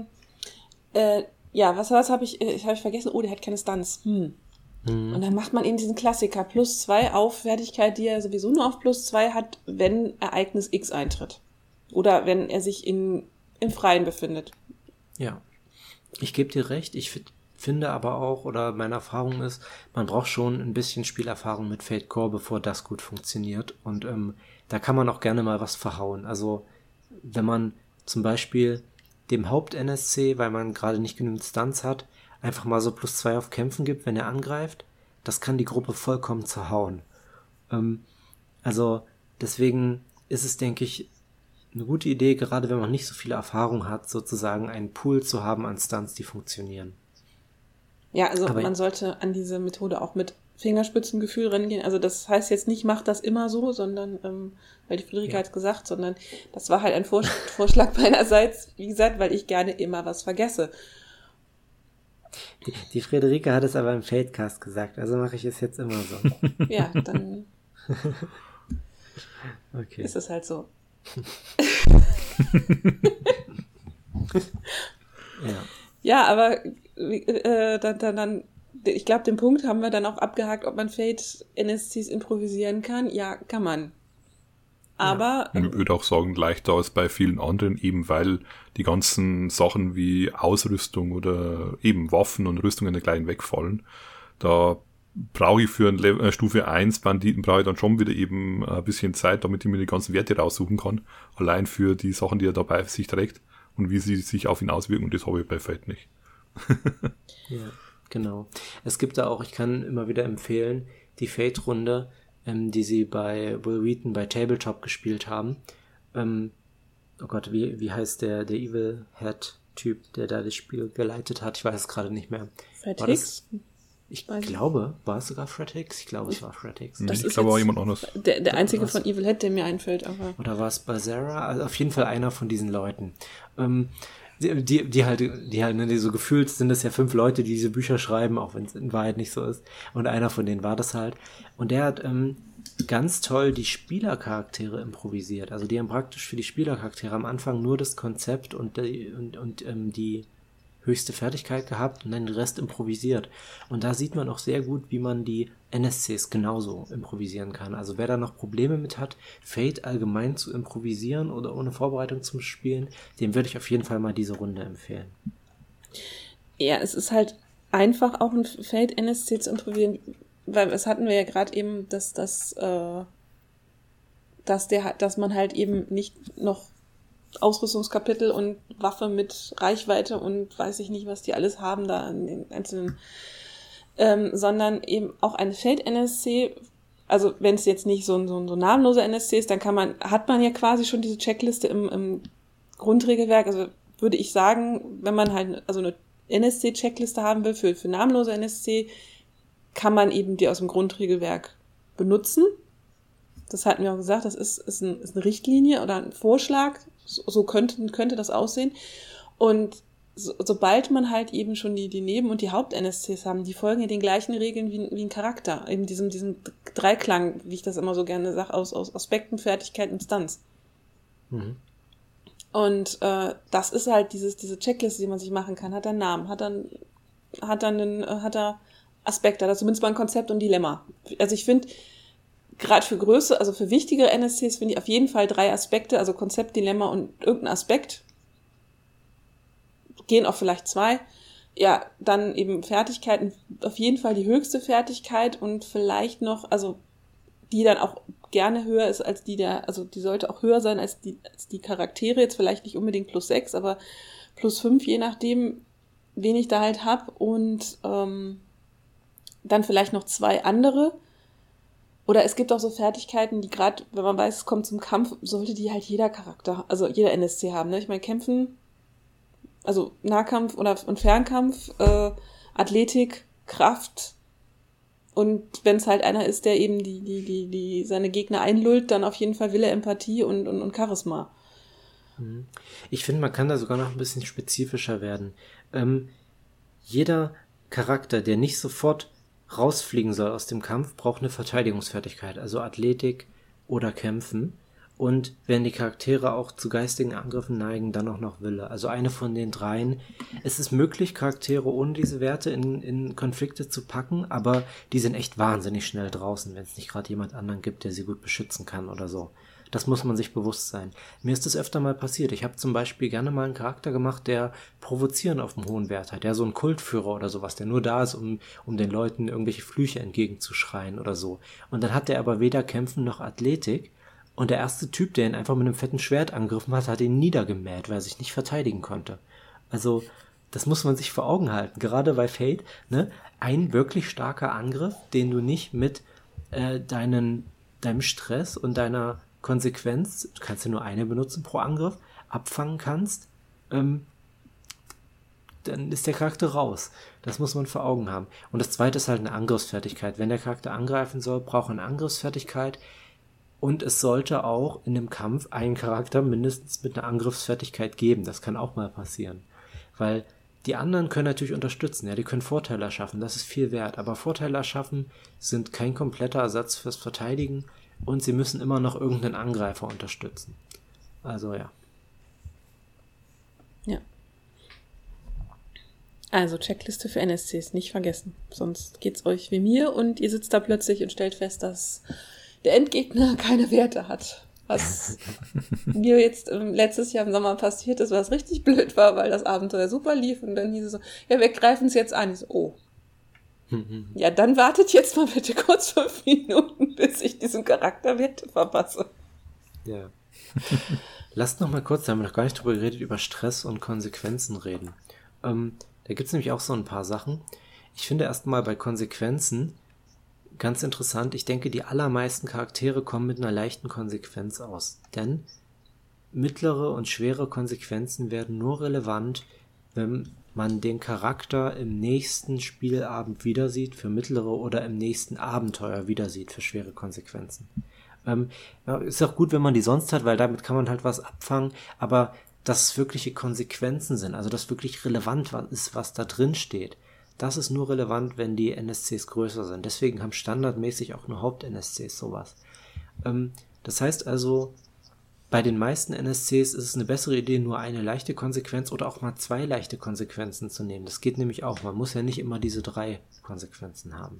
Was habe ich vergessen? Der hat keine Stunts. Und dann macht man eben diesen Klassiker +2 auf Fertigkeit, die er sowieso nur auf +2 hat, wenn Ereignis X eintritt. Oder wenn er sich im Freien befindet. Ja, ich gebe dir recht. Ich finde aber auch, oder meine Erfahrung ist, man braucht schon ein bisschen Spielerfahrung mit Fate Core, bevor das gut funktioniert. Und da kann man auch gerne mal was verhauen. Also wenn man zum Beispiel dem Haupt-NSC, weil man gerade nicht genügend Stunts hat, einfach mal so +2 auf Kämpfen gibt, wenn er angreift, das kann die Gruppe vollkommen zerhauen. Also deswegen ist es, denke ich, eine gute Idee, gerade wenn man nicht so viel Erfahrung hat, sozusagen einen Pool zu haben an Stunts, die funktionieren. Ja, also man sollte an diese Methode auch mit Fingerspitzengefühl rangehen. Also das heißt jetzt nicht, macht das immer so, sondern, weil die Friederike hat gesagt, sondern das war halt ein Vorschlag meinerseits, wie gesagt, weil ich gerne immer was vergesse. Die Friederike hat es aber im Fatecast gesagt, also mache ich es jetzt immer so. Ja, dann okay. Ist es halt so. Ja, aber dann ich glaube, den Punkt haben wir dann auch abgehakt, ob man Fate-NSCs improvisieren kann. Ja, kann man. Aber ich würde auch sagen, leichter als bei vielen anderen, eben weil die ganzen Sachen wie Ausrüstung oder eben Waffen und Rüstungen gleich wegfallen. Da brauche ich für ein Stufe 1 Banditen brauche ich dann schon wieder eben ein bisschen Zeit, damit ich mir die ganzen Werte raussuchen kann. Allein für die Sachen, die er dabei sich trägt und wie sie sich auf ihn auswirken. Und das habe ich bei Fate nicht. Ja, genau. Es gibt da auch, ich kann immer wieder empfehlen, die Fate-Runde, die sie bei Will Wheaton bei Tabletop gespielt haben. Oh Gott, wie heißt der Evil Head-Typ, der da das Spiel geleitet hat? Ich weiß es gerade nicht mehr. Fred Hicks? Ich glaube, war es sogar Fred Hicks? Ich glaube, es war Fred Hicks. Ich glaube auch jemand anderes. Der einzige von Evil Head, der mir einfällt. Aber oder war es Bazera? Also auf jeden Fall einer von diesen Leuten. Die halt, die so gefühlt sind es ja 5 Leute, die diese Bücher schreiben, auch wenn es in Wahrheit nicht so ist. Und einer von denen war das halt. Und der hat ganz toll die Spielercharaktere improvisiert. Also die haben praktisch für die Spielercharaktere am Anfang nur das Konzept und die höchste Fertigkeit gehabt und dann den Rest improvisiert. Und da sieht man auch sehr gut, wie man die NSCs genauso improvisieren kann. Also wer da noch Probleme mit hat, Fate allgemein zu improvisieren oder ohne Vorbereitung zum Spielen, dem würde ich auf jeden Fall mal diese Runde empfehlen. Ja, es ist halt einfach auch ein Fate-NSC zu improvisieren, weil das hatten wir ja gerade eben, dass man halt eben nicht noch Ausrüstungskapitel und Waffe mit Reichweite und weiß ich nicht, was die alles haben da in den einzelnen, sondern eben auch eine Feld-NSC. Also wenn es jetzt nicht so ein namenloser NSC ist, dann hat man ja quasi schon diese Checkliste im Grundregelwerk. Also würde ich sagen, wenn man halt also eine NSC-Checkliste haben will für namenlose NSC, kann man eben die aus dem Grundregelwerk benutzen. Das hatten wir auch gesagt, das ist eine Richtlinie oder ein Vorschlag. So könnte das aussehen. Und sobald man halt eben schon die Neben- und die Haupt-NSCs haben, die folgen ja den gleichen Regeln wie ein Charakter. Eben diesem Dreiklang, wie ich das immer so gerne sage, aus Aspekten, Fertigkeit, Instanz. Mhm. Und das ist halt diese Checkliste, die man sich machen kann. Hat er einen Namen, hat er Aspekte, hat er zumindest mal ein Konzept und Dilemma. Also ich finde, gerade für Größe, also für wichtigere NSCs finde ich auf jeden Fall 3 Aspekte, also Konzept, Dilemma und irgendein Aspekt. Gehen auch vielleicht 2. Ja, dann eben Fertigkeiten, auf jeden Fall die höchste Fertigkeit und vielleicht noch, also die dann auch gerne höher ist als also die sollte auch höher sein als die Charaktere, jetzt vielleicht nicht unbedingt +6, aber +5, je nachdem, wen ich da halt hab. Und dann vielleicht noch 2 andere. Oder es gibt auch so Fertigkeiten, die gerade, wenn man weiß, es kommt zum Kampf, sollte die halt jeder Charakter, also jeder NSC haben. Ne? Ich meine, Kämpfen, also Nahkampf und Fernkampf, Athletik, Kraft. Und wenn es halt einer ist, der eben die seine Gegner einlullt, dann auf jeden Fall Wille, Empathie und Charisma. Ich finde, man kann da sogar noch ein bisschen spezifischer werden. Jeder Charakter, der nicht sofort rausfliegen soll aus dem Kampf, braucht eine Verteidigungsfertigkeit, also Athletik oder Kämpfen. Und wenn die Charaktere auch zu geistigen Angriffen neigen, dann auch noch Wille. Also eine von den 3. Es ist möglich, Charaktere ohne diese Werte in Konflikte zu packen, aber die sind echt wahnsinnig schnell draußen, wenn es nicht gerade jemand anderen gibt, der sie gut beschützen kann oder so. Das muss man sich bewusst sein. Mir ist das öfter mal passiert. Ich habe zum Beispiel gerne mal einen Charakter gemacht, der Provozieren auf einem hohen Wert hat. Der so ein Kultführer oder sowas, der nur da ist, um den Leuten irgendwelche Flüche entgegenzuschreien oder so. Und dann hat der aber weder Kämpfen noch Athletik. Und der erste Typ, der ihn einfach mit einem fetten Schwert angegriffen hat ihn niedergemäht, weil er sich nicht verteidigen konnte. Also, das muss man sich vor Augen halten. Gerade bei Fate, ne? Ein wirklich starker Angriff, den du nicht mit deinem Stress und deiner Konsequenz, du kannst ja nur eine benutzen pro Angriff, abfangen kannst, dann ist der Charakter raus. Das muss man vor Augen haben. Und das zweite ist halt eine Angriffsfertigkeit. Wenn der Charakter angreifen soll, braucht er eine Angriffsfertigkeit. Und es sollte auch in dem Kampf einen Charakter mindestens mit einer Angriffsfertigkeit geben. Das kann auch mal passieren. Weil die anderen können natürlich unterstützen. Ja, die können Vorteile erschaffen. Das ist viel wert. Aber Vorteile erschaffen sind kein kompletter Ersatz fürs Verteidigen. Und sie müssen immer noch irgendeinen Angreifer unterstützen. Also ja. Ja. Also Checkliste für NSCs, nicht vergessen. Sonst geht's euch wie mir und ihr sitzt da plötzlich und stellt fest, dass der Endgegner keine Werte hat. Was mir jetzt letztes Jahr im Sommer passiert ist, was richtig blöd war, weil das Abenteuer super lief und dann hieß es so, ja, wir greifen es jetzt an. Ich so, oh. Ja, dann wartet jetzt mal bitte kurz 5 Minuten, bis ich diesem Charakter Werte verpasse. Ja. Lasst noch mal kurz, da haben wir noch gar nicht drüber geredet, über Stress und Konsequenzen reden. Da gibt es nämlich auch so ein paar Sachen. Ich finde erstmal bei Konsequenzen ganz interessant, ich denke, die allermeisten Charaktere kommen mit einer leichten Konsequenz aus. Denn mittlere und schwere Konsequenzen werden nur relevant, wenn man den Charakter im nächsten Spielabend wieder sieht für mittlere oder im nächsten Abenteuer wieder sieht für schwere Konsequenzen. Ist auch gut, wenn man die sonst hat, weil damit kann man halt was abfangen, aber dass es wirkliche Konsequenzen sind, also dass wirklich relevant ist, was da drin steht. Das ist nur relevant, wenn die NSCs größer sind. Deswegen haben standardmäßig auch nur Haupt-NSCs sowas. Das heißt also, bei den meisten NSCs ist es eine bessere Idee, nur eine leichte Konsequenz oder auch mal 2 leichte Konsequenzen zu nehmen. Das geht nämlich auch. Man muss ja nicht immer diese 3 Konsequenzen haben.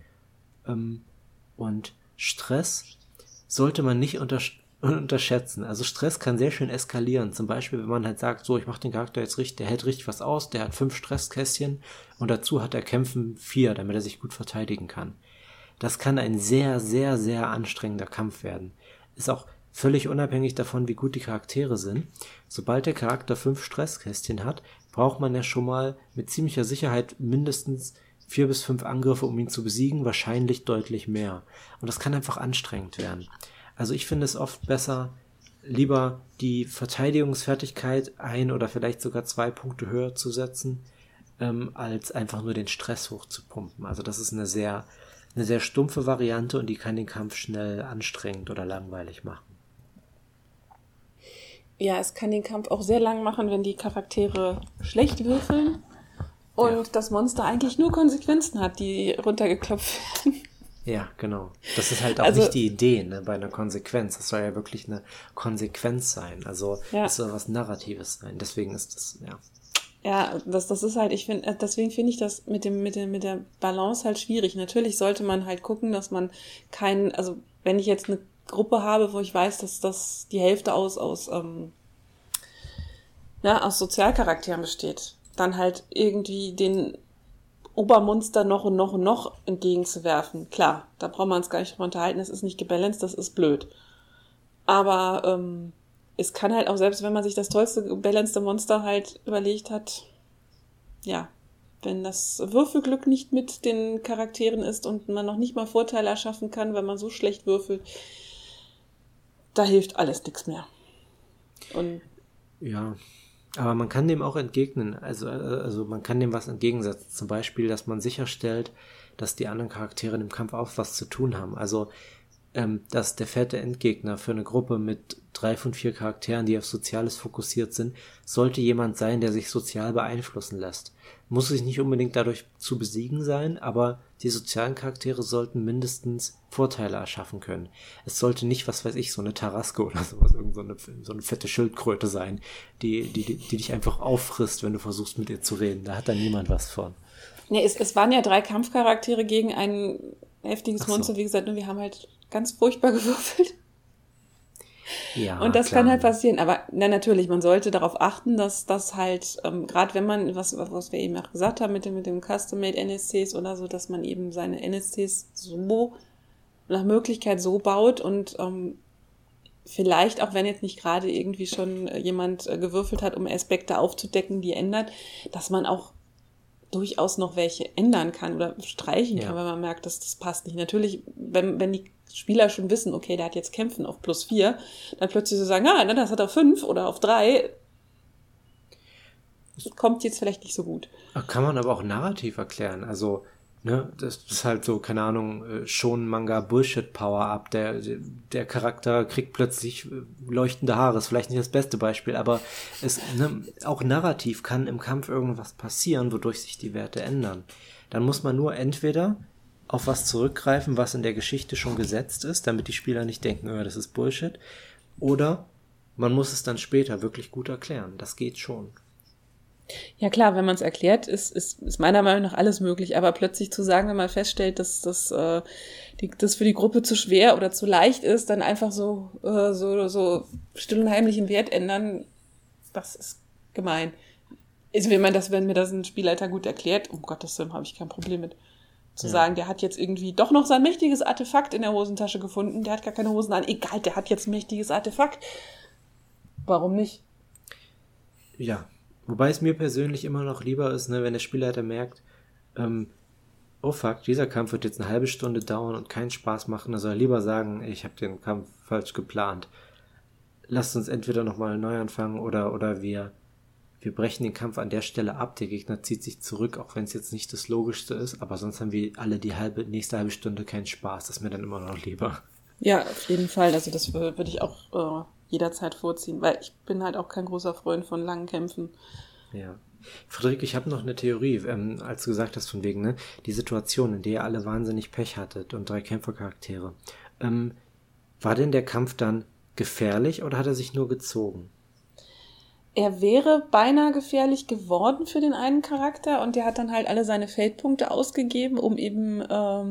Und Stress sollte man nicht unterschätzen. Also Stress kann sehr schön eskalieren. Zum Beispiel, wenn man halt sagt, so, ich mache den Charakter jetzt richtig, der hält richtig was aus, der hat 5 Stresskästchen und dazu hat er Kämpfen 4, damit er sich gut verteidigen kann. Das kann ein sehr, sehr, sehr anstrengender Kampf werden. Ist auch völlig unabhängig davon, wie gut die Charaktere sind. Sobald der Charakter 5 Stresskästchen hat, braucht man ja schon mal mit ziemlicher Sicherheit mindestens 4 bis 5 Angriffe, um ihn zu besiegen, wahrscheinlich deutlich mehr. Und das kann einfach anstrengend werden. Also ich finde es oft besser, lieber die Verteidigungsfertigkeit 1 oder vielleicht sogar 2 Punkte höher zu setzen, als einfach nur den Stress hochzupumpen. Also das ist eine sehr stumpfe Variante und die kann den Kampf schnell anstrengend oder langweilig machen. Ja, es kann den Kampf auch sehr lang machen, wenn die Charaktere schlecht würfeln und das Monster eigentlich nur Konsequenzen hat, die runtergeklopft werden. Ja, genau. Das ist halt auch nicht die Idee, ne, bei einer Konsequenz. Das soll ja wirklich eine Konsequenz sein. Also es soll was Narratives sein. Deswegen ist das, Ja, das ist halt, deswegen finde ich das mit der Balance halt schwierig. Natürlich sollte man halt gucken, dass man also wenn ich jetzt eine Gruppe habe, wo ich weiß, dass das die Hälfte aus Sozialcharakteren besteht, dann halt irgendwie den Obermonster noch und noch und noch entgegenzuwerfen. Klar, da braucht man uns gar nicht drüber unterhalten, das ist nicht gebalanced, das ist blöd. Aber es kann halt auch, selbst wenn man sich das tollste gebalancete Monster halt überlegt hat, ja, wenn das Würfelglück nicht mit den Charakteren ist und man noch nicht mal Vorteile erschaffen kann, weil man so schlecht würfelt, da hilft alles nichts mehr. Und ja, aber man kann dem auch entgegnen, also man kann dem was entgegensetzen, zum Beispiel, dass man sicherstellt, dass die anderen Charaktere in dem Kampf auch was zu tun haben. Also dass der fette Endgegner für eine Gruppe mit 3 von 4 Charakteren, die auf Soziales fokussiert sind, sollte jemand sein, der sich sozial beeinflussen lässt. Muss sich nicht unbedingt dadurch zu besiegen sein, aber die sozialen Charaktere sollten mindestens Vorteile erschaffen können. Es sollte nicht, was weiß ich, so eine Tarasque oder sowas, so eine fette Schildkröte sein, die dich einfach auffrisst, wenn du versuchst, mit ihr zu reden. Da hat dann niemand was von. Nee, es waren ja 3 Kampfcharaktere gegen ein heftiges Monster, wie gesagt, und wir haben halt ganz furchtbar gewürfelt. Ja, und das klar. Kann halt passieren. Aber natürlich, man sollte darauf achten, dass das halt, gerade wenn man, was wir eben auch gesagt haben mit dem Custom-Made NSCs oder so, dass man eben seine NSCs so nach Möglichkeit so baut und vielleicht, auch wenn jetzt nicht gerade irgendwie schon jemand gewürfelt hat, um Aspekte aufzudecken, die ändert, dass man auch durchaus noch welche ändern kann oder streichen kann, weil man merkt, dass das passt nicht. Natürlich, wenn die Spieler schon wissen, okay, der hat jetzt Kämpfen auf +4, dann plötzlich so sagen, das hat er 5 oder auf 3, kommt jetzt vielleicht nicht so gut. Kann man aber auch narrativ erklären, also das ist halt so, keine Ahnung, schon Manga-Bullshit-Power-Up. Der Charakter kriegt plötzlich leuchtende Haare. Ist vielleicht nicht das beste Beispiel, aber auch narrativ kann im Kampf irgendwas passieren, wodurch sich die Werte ändern. Dann muss man nur entweder auf was zurückgreifen, was in der Geschichte schon gesetzt ist, damit die Spieler nicht denken, das ist Bullshit. Oder man muss es dann später wirklich gut erklären. Das geht schon. Ja klar, wenn man es erklärt, ist meiner Meinung nach alles möglich, aber plötzlich zu sagen, wenn man feststellt, dass das für die Gruppe zu schwer oder zu leicht ist, dann einfach so still und heimlich einen Wert ändern, das ist gemein. Also wenn mir das ein Spielleiter gut erklärt, um Gottes Willen habe ich kein Problem mit. Zu sagen, der hat jetzt irgendwie doch noch sein mächtiges Artefakt in der Hosentasche gefunden, der hat gar keine Hosen an, egal, der hat jetzt ein mächtiges Artefakt. Warum nicht? Ja. Wobei es mir persönlich immer noch lieber ist, wenn der Spielleiter merkt, oh fuck, dieser Kampf wird jetzt eine halbe Stunde dauern und keinen Spaß machen, dann soll er lieber sagen, ich habe den Kampf falsch geplant. Lasst uns entweder nochmal neu anfangen oder wir brechen den Kampf an der Stelle ab, der Gegner zieht sich zurück, auch wenn es jetzt nicht das Logischste ist, aber sonst haben wir alle die nächste halbe Stunde keinen Spaß, das ist mir dann immer noch lieber. Ja, auf jeden Fall, also das würde ich auch jederzeit vorziehen, weil ich bin halt auch kein großer Freund von langen Kämpfen. Ja. Friederike, ich habe noch eine Theorie, als du gesagt hast von wegen, die Situation, in der ihr alle wahnsinnig Pech hattet und 3 Kämpfercharaktere. War denn der Kampf dann gefährlich oder hat er sich nur gezogen? Er wäre beinahe gefährlich geworden für den einen Charakter und der hat dann halt alle seine Feldpunkte ausgegeben, um eben,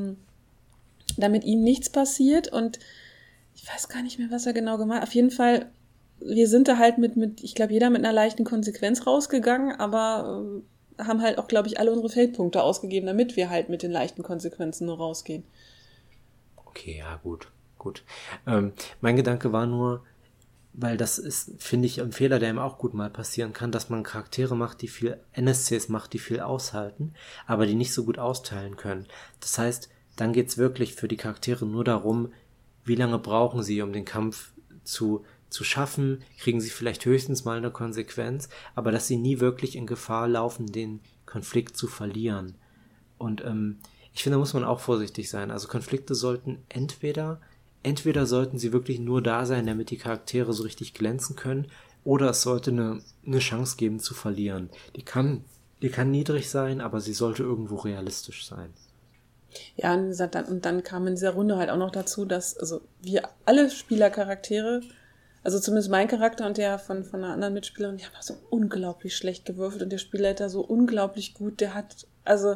damit ihm nichts passiert und ich weiß gar nicht mehr, was er genau gemacht hat. Auf jeden Fall, wir sind da halt mit ich glaube, jeder mit einer leichten Konsequenz rausgegangen, aber haben halt auch, glaube ich, alle unsere Feldpunkte ausgegeben, damit wir halt mit den leichten Konsequenzen nur rausgehen. Okay, ja, gut. gut. Mein Gedanke war nur, weil das ist, finde ich, ein Fehler, der ihm auch gut mal passieren kann, dass man Charaktere macht, NSCs macht, die viel aushalten, aber die nicht so gut austeilen können. Das heißt, dann geht's wirklich für die Charaktere nur darum, wie lange brauchen sie, um den Kampf zu schaffen, kriegen sie vielleicht höchstens mal eine Konsequenz, aber dass sie nie wirklich in Gefahr laufen, den Konflikt zu verlieren. Und ich finde, da muss man auch vorsichtig sein. Also Konflikte sollten entweder sollten sie wirklich nur da sein, damit die Charaktere so richtig glänzen können, oder es sollte eine Chance geben zu verlieren. Die kann niedrig sein, aber sie sollte irgendwo realistisch sein. Ja, und dann kam in dieser Runde halt auch noch dazu, dass also wir alle Spielercharaktere, also zumindest mein Charakter und der von einer anderen Mitspielerin, die haben so unglaublich schlecht gewürfelt und der Spielleiter so unglaublich gut, der hat, also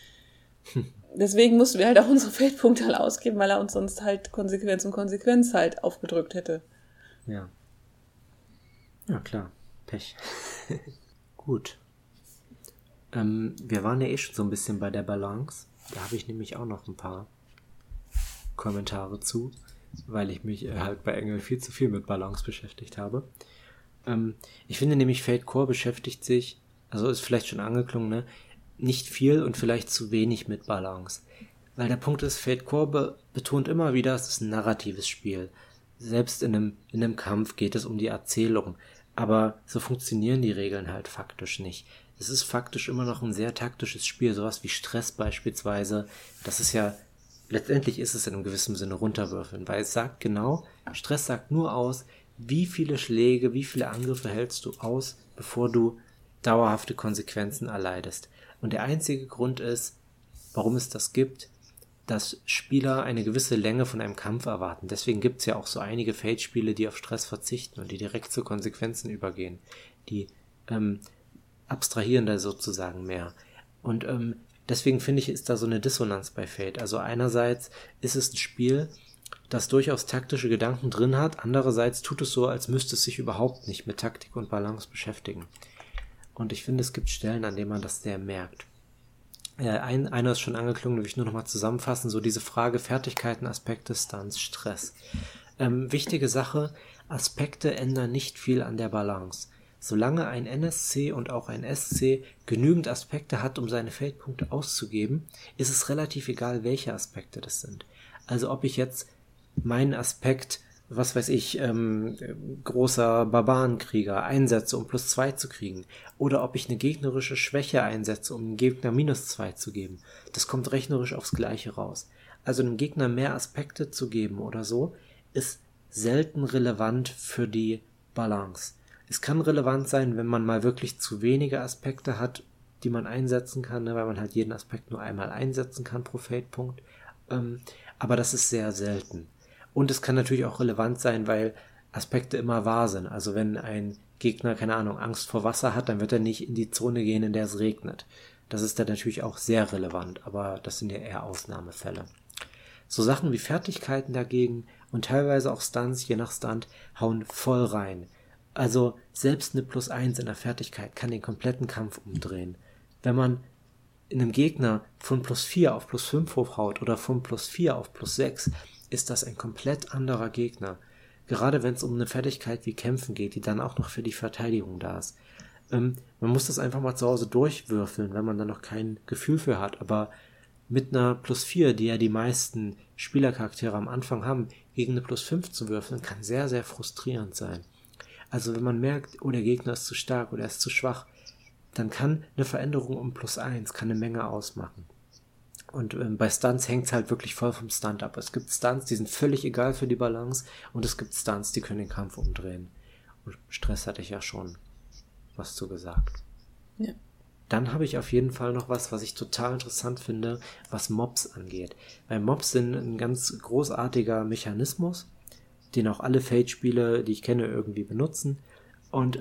deswegen mussten wir halt auch unsere Feldpunkte alle ausgeben, weil er uns sonst halt Konsequenz halt aufgedrückt hätte. Ja. Ja, klar. Pech. Gut. Wir waren ja schon so ein bisschen bei der Balance. Da habe ich nämlich auch noch ein paar Kommentare zu, weil ich mich halt bei Engel viel zu viel mit Balance beschäftigt habe. Ich finde nämlich Fate Core beschäftigt sich, also ist vielleicht schon angeklungen, ne? Nicht viel und vielleicht zu wenig mit Balance. Weil der Punkt ist, Fate Core betont immer wieder, es ist ein narratives Spiel. Selbst in einem Kampf geht es um die Erzählung. Aber so funktionieren die Regeln halt faktisch nicht. Es ist faktisch immer noch ein sehr taktisches Spiel, sowas wie Stress beispielsweise. Das ist ja, letztendlich ist es in einem gewissen Sinne runterwürfeln, weil es sagt genau, Stress sagt nur aus, wie viele Schläge, wie viele Angriffe hältst du aus, bevor du dauerhafte Konsequenzen erleidest. Und der einzige Grund ist, warum es das gibt, dass Spieler eine gewisse Länge von einem Kampf erwarten. Deswegen gibt es ja auch so einige Fate-Spiele, die auf Stress verzichten und die direkt zu Konsequenzen übergehen. Die abstrahieren da sozusagen mehr. Und deswegen finde ich, ist da so eine Dissonanz bei Fate. Also einerseits ist es ein Spiel, das durchaus taktische Gedanken drin hat, andererseits tut es so, als müsste es sich überhaupt nicht mit Taktik und Balance beschäftigen. Und ich finde, es gibt Stellen, an denen man das sehr merkt. Einer ist schon angeklungen, will ich nur noch mal zusammenfassen, so diese Frage Fertigkeiten, Aspekte, Stunts, Stress. Wichtige Sache, Aspekte ändern nicht viel an der Balance. Solange ein NSC und auch ein SC genügend Aspekte hat, um seine Feldpunkte auszugeben, ist es relativ egal, welche Aspekte das sind. Also ob ich jetzt meinen Aspekt, was weiß ich, großer Barbarenkrieger einsetze, um +2 zu kriegen, oder ob ich eine gegnerische Schwäche einsetze, um dem Gegner -2 zu geben. Das kommt rechnerisch aufs Gleiche raus. Also einem Gegner mehr Aspekte zu geben oder so, ist selten relevant für die Balance. Es kann relevant sein, wenn man mal wirklich zu wenige Aspekte hat, die man einsetzen kann, ne, weil man halt jeden Aspekt nur einmal einsetzen kann pro Fate-Punkt. Aber das ist sehr selten. Und es kann natürlich auch relevant sein, weil Aspekte immer wahr sind. Also wenn ein Gegner, keine Ahnung, Angst vor Wasser hat, dann wird er nicht in die Zone gehen, in der es regnet. Das ist dann natürlich auch sehr relevant, aber das sind ja eher Ausnahmefälle. So Sachen wie Fertigkeiten dagegen und teilweise auch Stunts, je nach Stunt, hauen voll rein. Also selbst eine +1 in der Fertigkeit kann den kompletten Kampf umdrehen. Wenn man in einem Gegner von +4 auf +5 hochhaut oder von +4 auf +6, ist das ein komplett anderer Gegner. Gerade wenn es um eine Fertigkeit wie Kämpfen geht, die dann auch noch für die Verteidigung da ist. Man muss das einfach mal zu Hause durchwürfeln, wenn man da noch kein Gefühl für hat. Aber mit einer +4, die ja die meisten Spielercharaktere am Anfang haben, gegen eine +5 zu würfeln, kann sehr, sehr frustrierend sein. Also wenn man merkt, oh, der Gegner ist zu stark oder er ist zu schwach, dann kann eine Veränderung um +1 kann eine Menge ausmachen. Und bei Stunts hängt es halt wirklich voll vom Stunt ab. Es gibt Stunts, die sind völlig egal für die Balance und es gibt Stunts, die können den Kampf umdrehen. Und Stress hatte ich ja schon was zu gesagt. Ja. Dann habe ich auf jeden Fall noch was ich total interessant finde, was Mobs angeht. Weil Mobs sind ein ganz großartiger Mechanismus, den auch alle Fate-Spiele, die ich kenne, irgendwie benutzen. Und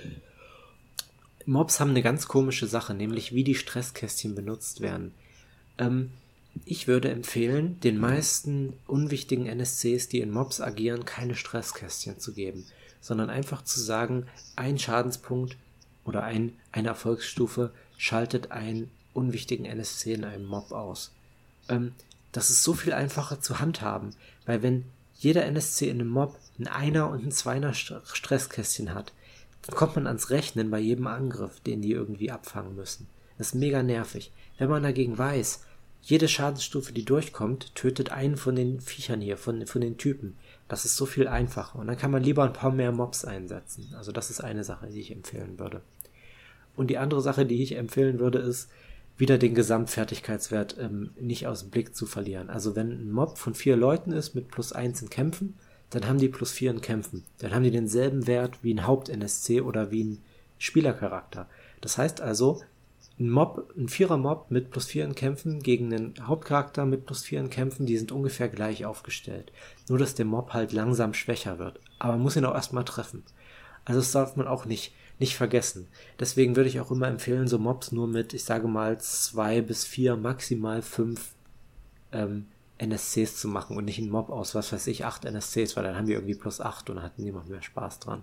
Mobs haben eine ganz komische Sache, nämlich wie die Stresskästchen benutzt werden. Ich würde empfehlen, den meisten unwichtigen NSCs, die in Mobs agieren, keine Stresskästchen zu geben, sondern einfach zu sagen, ein Schadenspunkt oder eine Erfolgsstufe schaltet einen unwichtigen NSC in einem Mob aus. Das ist so viel einfacher zu handhaben, weil wenn jeder NSC in einem Mob ein Einer- und ein Zweiner-Stresskästchen hat, dann kommt man ans Rechnen bei jedem Angriff, den die irgendwie abfangen müssen. Das ist mega nervig. Wenn man dagegen weiß, jede Schadensstufe, die durchkommt, tötet einen von den Viechern hier, von den Typen. Das ist so viel einfacher. Und dann kann man lieber ein paar mehr Mobs einsetzen. Also das ist eine Sache, die ich empfehlen würde. Und die andere Sache, die ich empfehlen würde, ist, wieder den Gesamtfertigkeitswert nicht aus dem Blick zu verlieren. Also wenn ein Mob von 4 Leuten ist mit +1 in Kämpfen, dann haben die +4 in Kämpfen. Dann haben die denselben Wert wie ein Haupt-NSC oder wie ein Spielercharakter. Das heißt also, ein 4er-Mob mit +4 in Kämpfen gegen einen Hauptcharakter mit +4 in Kämpfen, die sind ungefähr gleich aufgestellt. Nur, dass der Mob halt langsam schwächer wird. Aber man muss ihn auch erstmal treffen. Also das darf man auch nicht vergessen. Deswegen würde ich auch immer empfehlen, so Mobs nur mit, ich sage mal, 2 bis 4, maximal 5 NSCs zu machen und nicht einen Mob aus, was weiß ich, 8 NSCs, weil dann haben die irgendwie +8 und dann hatten die noch mehr Spaß dran.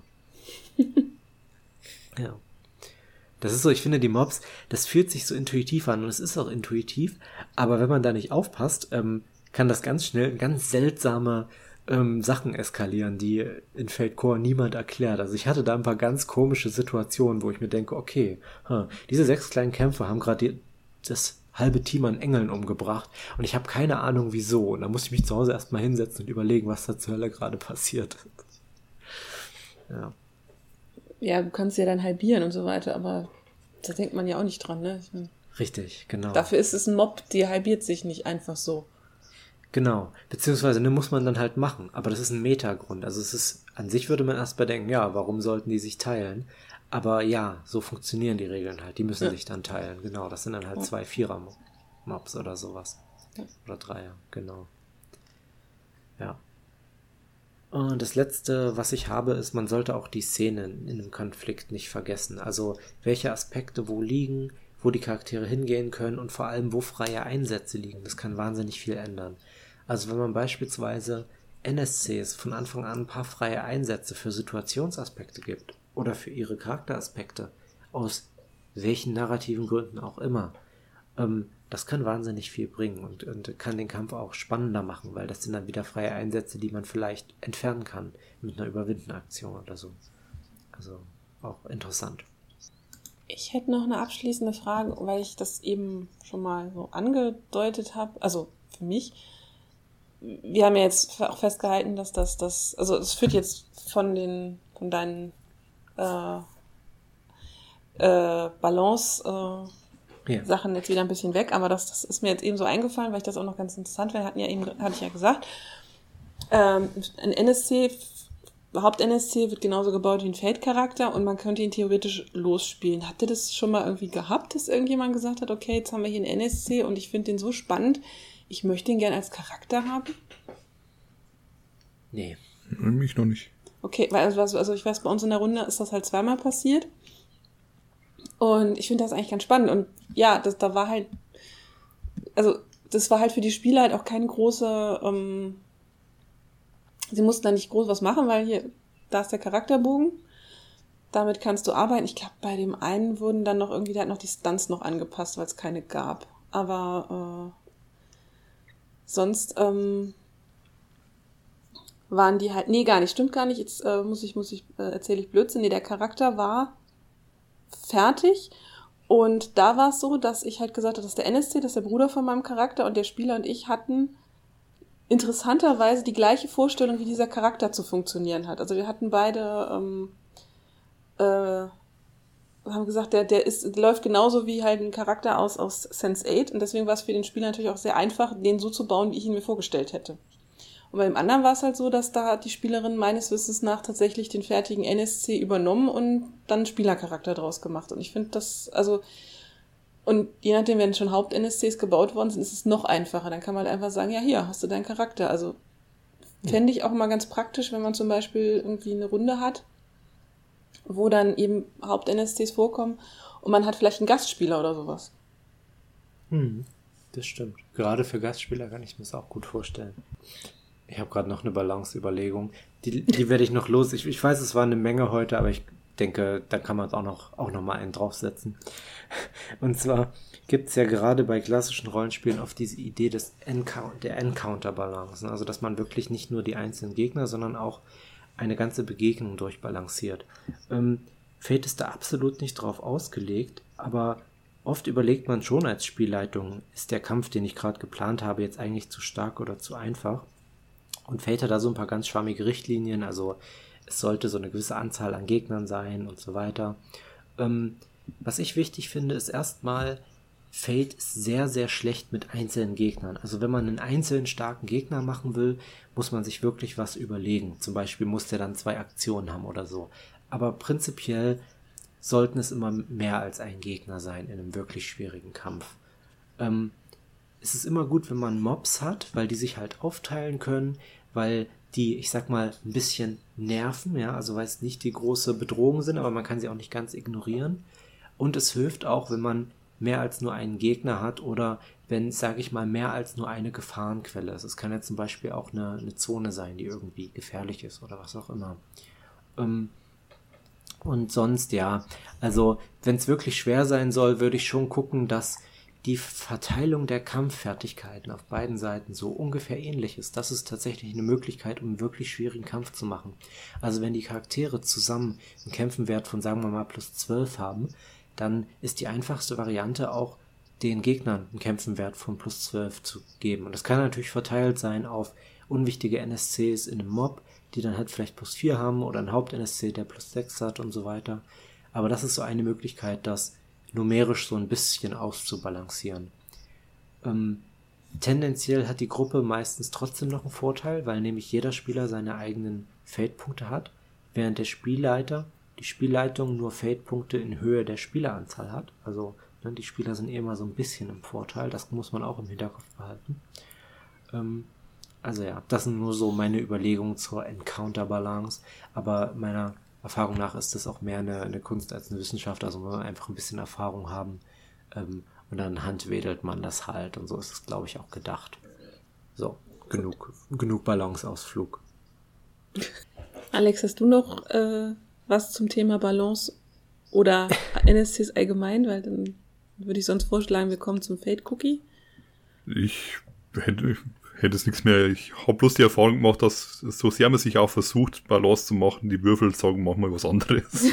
Ja. Das ist so, ich finde die Mobs, das fühlt sich so intuitiv an und es ist auch intuitiv, aber wenn man da nicht aufpasst, kann das ganz schnell ein ganz seltsame Sachen eskalieren, die in Fate Core niemand erklärt. Also ich hatte da ein paar ganz komische Situationen, wo ich mir denke, okay, diese 6 kleinen Kämpfer haben gerade das halbe Team an Engeln umgebracht und ich habe keine Ahnung wieso. Und da musste ich mich zu Hause erstmal hinsetzen und überlegen, was da zur Hölle gerade passiert. Ja. Ja, du kannst ja dann halbieren und so weiter, aber da denkt man ja auch nicht dran, ne? Richtig, genau. Dafür ist es ein Mob, die halbiert sich nicht einfach so. Genau, beziehungsweise ne, muss man dann halt machen, aber das ist ein Metagrund. Also es ist, an sich würde man erst mal denken, ja, warum sollten die sich teilen? Aber ja, so funktionieren die Regeln halt, die müssen sich dann teilen, genau, das sind dann halt 2 Vierer-Mobs oder sowas. Ja. Oder 3er, genau. Ja. Und das Letzte, was ich habe, ist, man sollte auch die Szenen in einem Konflikt nicht vergessen. Also welche Aspekte wo liegen, wo die Charaktere hingehen können und vor allem, wo freie Einsätze liegen. Das kann wahnsinnig viel ändern. Also wenn man beispielsweise NSCs von Anfang an ein paar freie Einsätze für Situationsaspekte gibt oder für ihre Charakteraspekte, aus welchen narrativen Gründen auch immer, das kann wahnsinnig viel bringen und kann den Kampf auch spannender machen, weil das sind dann wieder freie Einsätze, die man vielleicht entfernen kann mit einer Überwinden-Aktion oder so. Also auch interessant. Ich hätte noch eine abschließende Frage, weil ich das eben schon mal so angedeutet habe, also für mich. Wir haben ja jetzt auch festgehalten, dass also es führt jetzt von deinen Balance Sachen jetzt wieder ein bisschen weg, aber das ist mir jetzt eben so eingefallen, weil ich das auch noch ganz interessant finde. Hatte ich ja gesagt, ein NSC, Haupt-NSC wird genauso gebaut wie ein Fate-Charakter und man könnte ihn theoretisch losspielen. Habt ihr das schon mal irgendwie gehabt, dass irgendjemand gesagt hat, okay, jetzt haben wir hier einen NSC und ich finde den so spannend, ich möchte ihn gerne als Charakter haben? Nee. Mich noch nicht. Okay, weil also ich weiß, bei uns in der Runde ist das halt 2-mal passiert. Und ich finde das eigentlich ganz spannend. Und ja, da war halt, also das war halt für die Spieler halt auch keine große, sie mussten da nicht groß was machen, weil da ist der Charakterbogen. Damit kannst du arbeiten. Ich glaube, bei dem einen wurden dann noch irgendwie, der hat noch die Stunts noch angepasst, weil es keine gab. Aber sonst waren die halt, nee, gar nicht, stimmt gar nicht. Jetzt erzähle ich Blödsinn. Nee, der Charakter war fertig und da war es so, dass ich halt gesagt habe, das ist der NSC, das ist der Bruder von meinem Charakter und der Spieler und ich hatten interessanterweise die gleiche Vorstellung, wie dieser Charakter zu funktionieren hat. Also wir hatten beide haben gesagt, der läuft genauso wie halt ein Charakter aus Sense8 und deswegen war es für den Spieler natürlich auch sehr einfach, den so zu bauen, wie ich ihn mir vorgestellt hätte. Und beim anderen war es halt so, dass da hat die Spielerin meines Wissens nach tatsächlich den fertigen NSC übernommen und dann einen Spielercharakter draus gemacht. Und ich finde das, also, und je nachdem, wenn schon Haupt-NSCs gebaut worden sind, ist es noch einfacher. Dann kann man halt einfach sagen, ja, hier hast du deinen Charakter. Also fände ich auch mal ganz praktisch, wenn man zum Beispiel irgendwie eine Runde hat, wo dann eben Haupt-NSCs vorkommen und man hat vielleicht einen Gastspieler oder sowas. Das stimmt. Gerade für Gastspieler kann ich mir das auch gut vorstellen. Ich habe gerade noch eine Balance-Überlegung. Die werde ich noch los. Ich weiß, es war eine Menge heute, aber ich denke, da kann man auch noch mal einen draufsetzen. Und zwar gibt es ja gerade bei klassischen Rollenspielen oft diese Idee der Encounter-Balance. Also, dass man wirklich nicht nur die einzelnen Gegner, sondern auch eine ganze Begegnung durchbalanciert. Fate ist da absolut nicht drauf ausgelegt, aber oft überlegt man schon als Spielleitung, ist der Kampf, den ich gerade geplant habe, jetzt eigentlich zu stark oder zu einfach? Und Fate hat da so ein paar ganz schwammige Richtlinien, also es sollte so eine gewisse Anzahl an Gegnern sein und so weiter. Was ich wichtig finde, ist erstmal, Fate ist sehr, sehr schlecht mit einzelnen Gegnern. Also wenn man einen einzelnen starken Gegner machen will, muss man sich wirklich was überlegen. Zum Beispiel muss der dann 2 Aktionen haben oder so. Aber prinzipiell sollten es immer mehr als ein Gegner sein in einem wirklich schwierigen Kampf. Es ist immer gut, wenn man Mobs hat, weil die sich halt aufteilen können, weil die, ich sag mal, ein bisschen nerven, ja, also weil es nicht die große Bedrohung sind, aber man kann sie auch nicht ganz ignorieren. Und es hilft auch, wenn man mehr als nur einen Gegner hat oder wenn, sage ich mal, mehr als nur eine Gefahrenquelle ist. Es kann ja zum Beispiel auch eine Zone sein, die irgendwie gefährlich ist oder was auch immer. Und sonst, ja, also wenn es wirklich schwer sein soll, würde ich schon gucken, dass die Verteilung der Kampffertigkeiten auf beiden Seiten so ungefähr ähnlich ist. Das ist tatsächlich eine Möglichkeit, um einen wirklich schwierigen Kampf zu machen. Also wenn die Charaktere zusammen einen Kämpfenwert von, sagen wir mal, +12 haben, dann ist die einfachste Variante auch, den Gegnern einen Kämpfenwert von +12 zu geben. Und das kann natürlich verteilt sein auf unwichtige NSCs in einem Mob, die dann halt vielleicht +4 haben oder ein Haupt-NSC, der +6 hat und so weiter. Aber das ist so eine Möglichkeit, das numerisch so ein bisschen auszubalancieren. Tendenziell hat die Gruppe meistens trotzdem noch einen Vorteil, weil nämlich jeder Spieler seine eigenen Fate-Punkte hat, während der Spielleiter die Spielleitung nur Fate-Punkte in Höhe der Spieleranzahl hat. Also die Spieler sind immer so ein bisschen im Vorteil, das muss man auch im Hinterkopf behalten. Also ja, das sind nur so meine Überlegungen zur Encounter-Balance, aber meiner Erfahrung nach ist das auch mehr eine Kunst als eine Wissenschaft, also man muss einfach ein bisschen Erfahrung haben und dann handwedelt man das halt und so ist es, glaube ich, auch gedacht. So, genug Balanceausflug. Alex, hast du noch was zum Thema Balance oder NSCs allgemein? Weil dann würde ich sonst vorschlagen, wir kommen zum Fate-Cookie. Ich hätte es nichts mehr. Ich habe bloß die Erfahrung gemacht, dass so sehr man sich auch versucht, Balance zu machen, die Würfel sagen manchmal was anderes.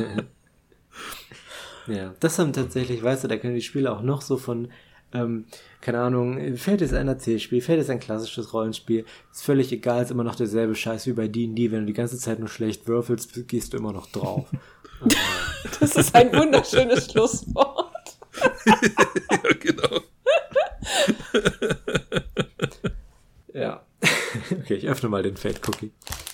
Ja, das haben tatsächlich, weißt du, da können die Spieler auch noch so von, keine Ahnung, Fate ist ein Erzählspiel, Fate ist ein klassisches Rollenspiel, ist völlig egal, ist immer noch derselbe Scheiß wie bei D&D, wenn du die ganze Zeit nur schlecht würfelst, gehst du immer noch drauf. Das ist ein wunderschönes Schlusswort. Ja, genau. Ja. Okay, ich öffne mal den Fate-Cookie.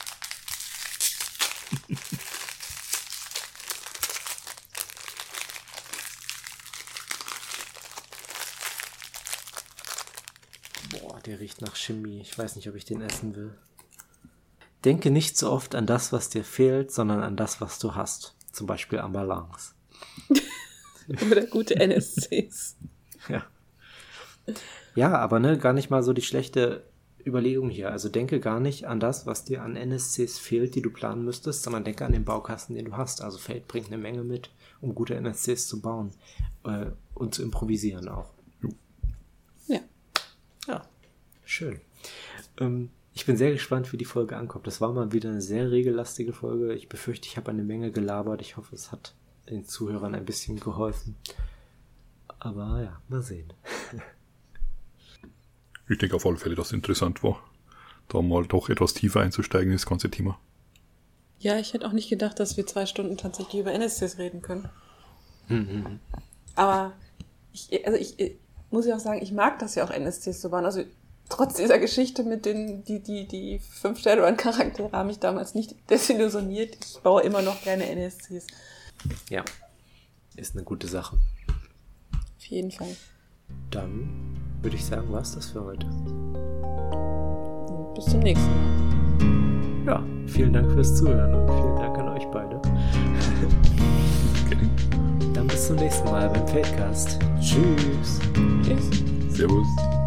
Boah, der riecht nach Chemie. Ich weiß nicht, ob ich den essen will. Denke nicht so oft an das, was dir fehlt, sondern an das, was du hast. Zum Beispiel an Balance. Oder gute NSCs. Ja. Ja, aber gar nicht mal so die schlechte Überlegung hier. Also denke gar nicht an das, was dir an NSCs fehlt, die du planen müsstest, sondern denke an den Baukasten, den du hast. Also Fate bringt eine Menge mit, um gute NSCs zu bauen und zu improvisieren auch. Ja. Ja, schön. Ich bin sehr gespannt, wie die Folge ankommt. Das war mal wieder eine sehr regellastige Folge. Ich befürchte, ich habe eine Menge gelabert. Ich hoffe, es hat den Zuhörern ein bisschen geholfen. Aber ja, mal sehen. Ich denke auf alle Fälle, dass es interessant war, da mal doch etwas tiefer einzusteigen in das ganze Thema. Ja, ich hätte auch nicht gedacht, dass wir 2 Stunden tatsächlich über NSCs reden können. Mhm. Aber ich muss ja auch sagen, ich mag das ja auch, NSCs zu bauen. Also trotz dieser Geschichte mit die 5 Shadowrun-Charaktere haben mich damals nicht desillusioniert. Ich baue immer noch gerne NSCs. Ja, ist eine gute Sache. Auf jeden Fall. Dann würde ich sagen, war es das für heute. Und bis zum nächsten Mal. Ja, vielen Dank fürs Zuhören und vielen Dank an euch beide. Okay. Dann bis zum nächsten Mal beim Fatecast. Tschüss. Tschüss. Servus.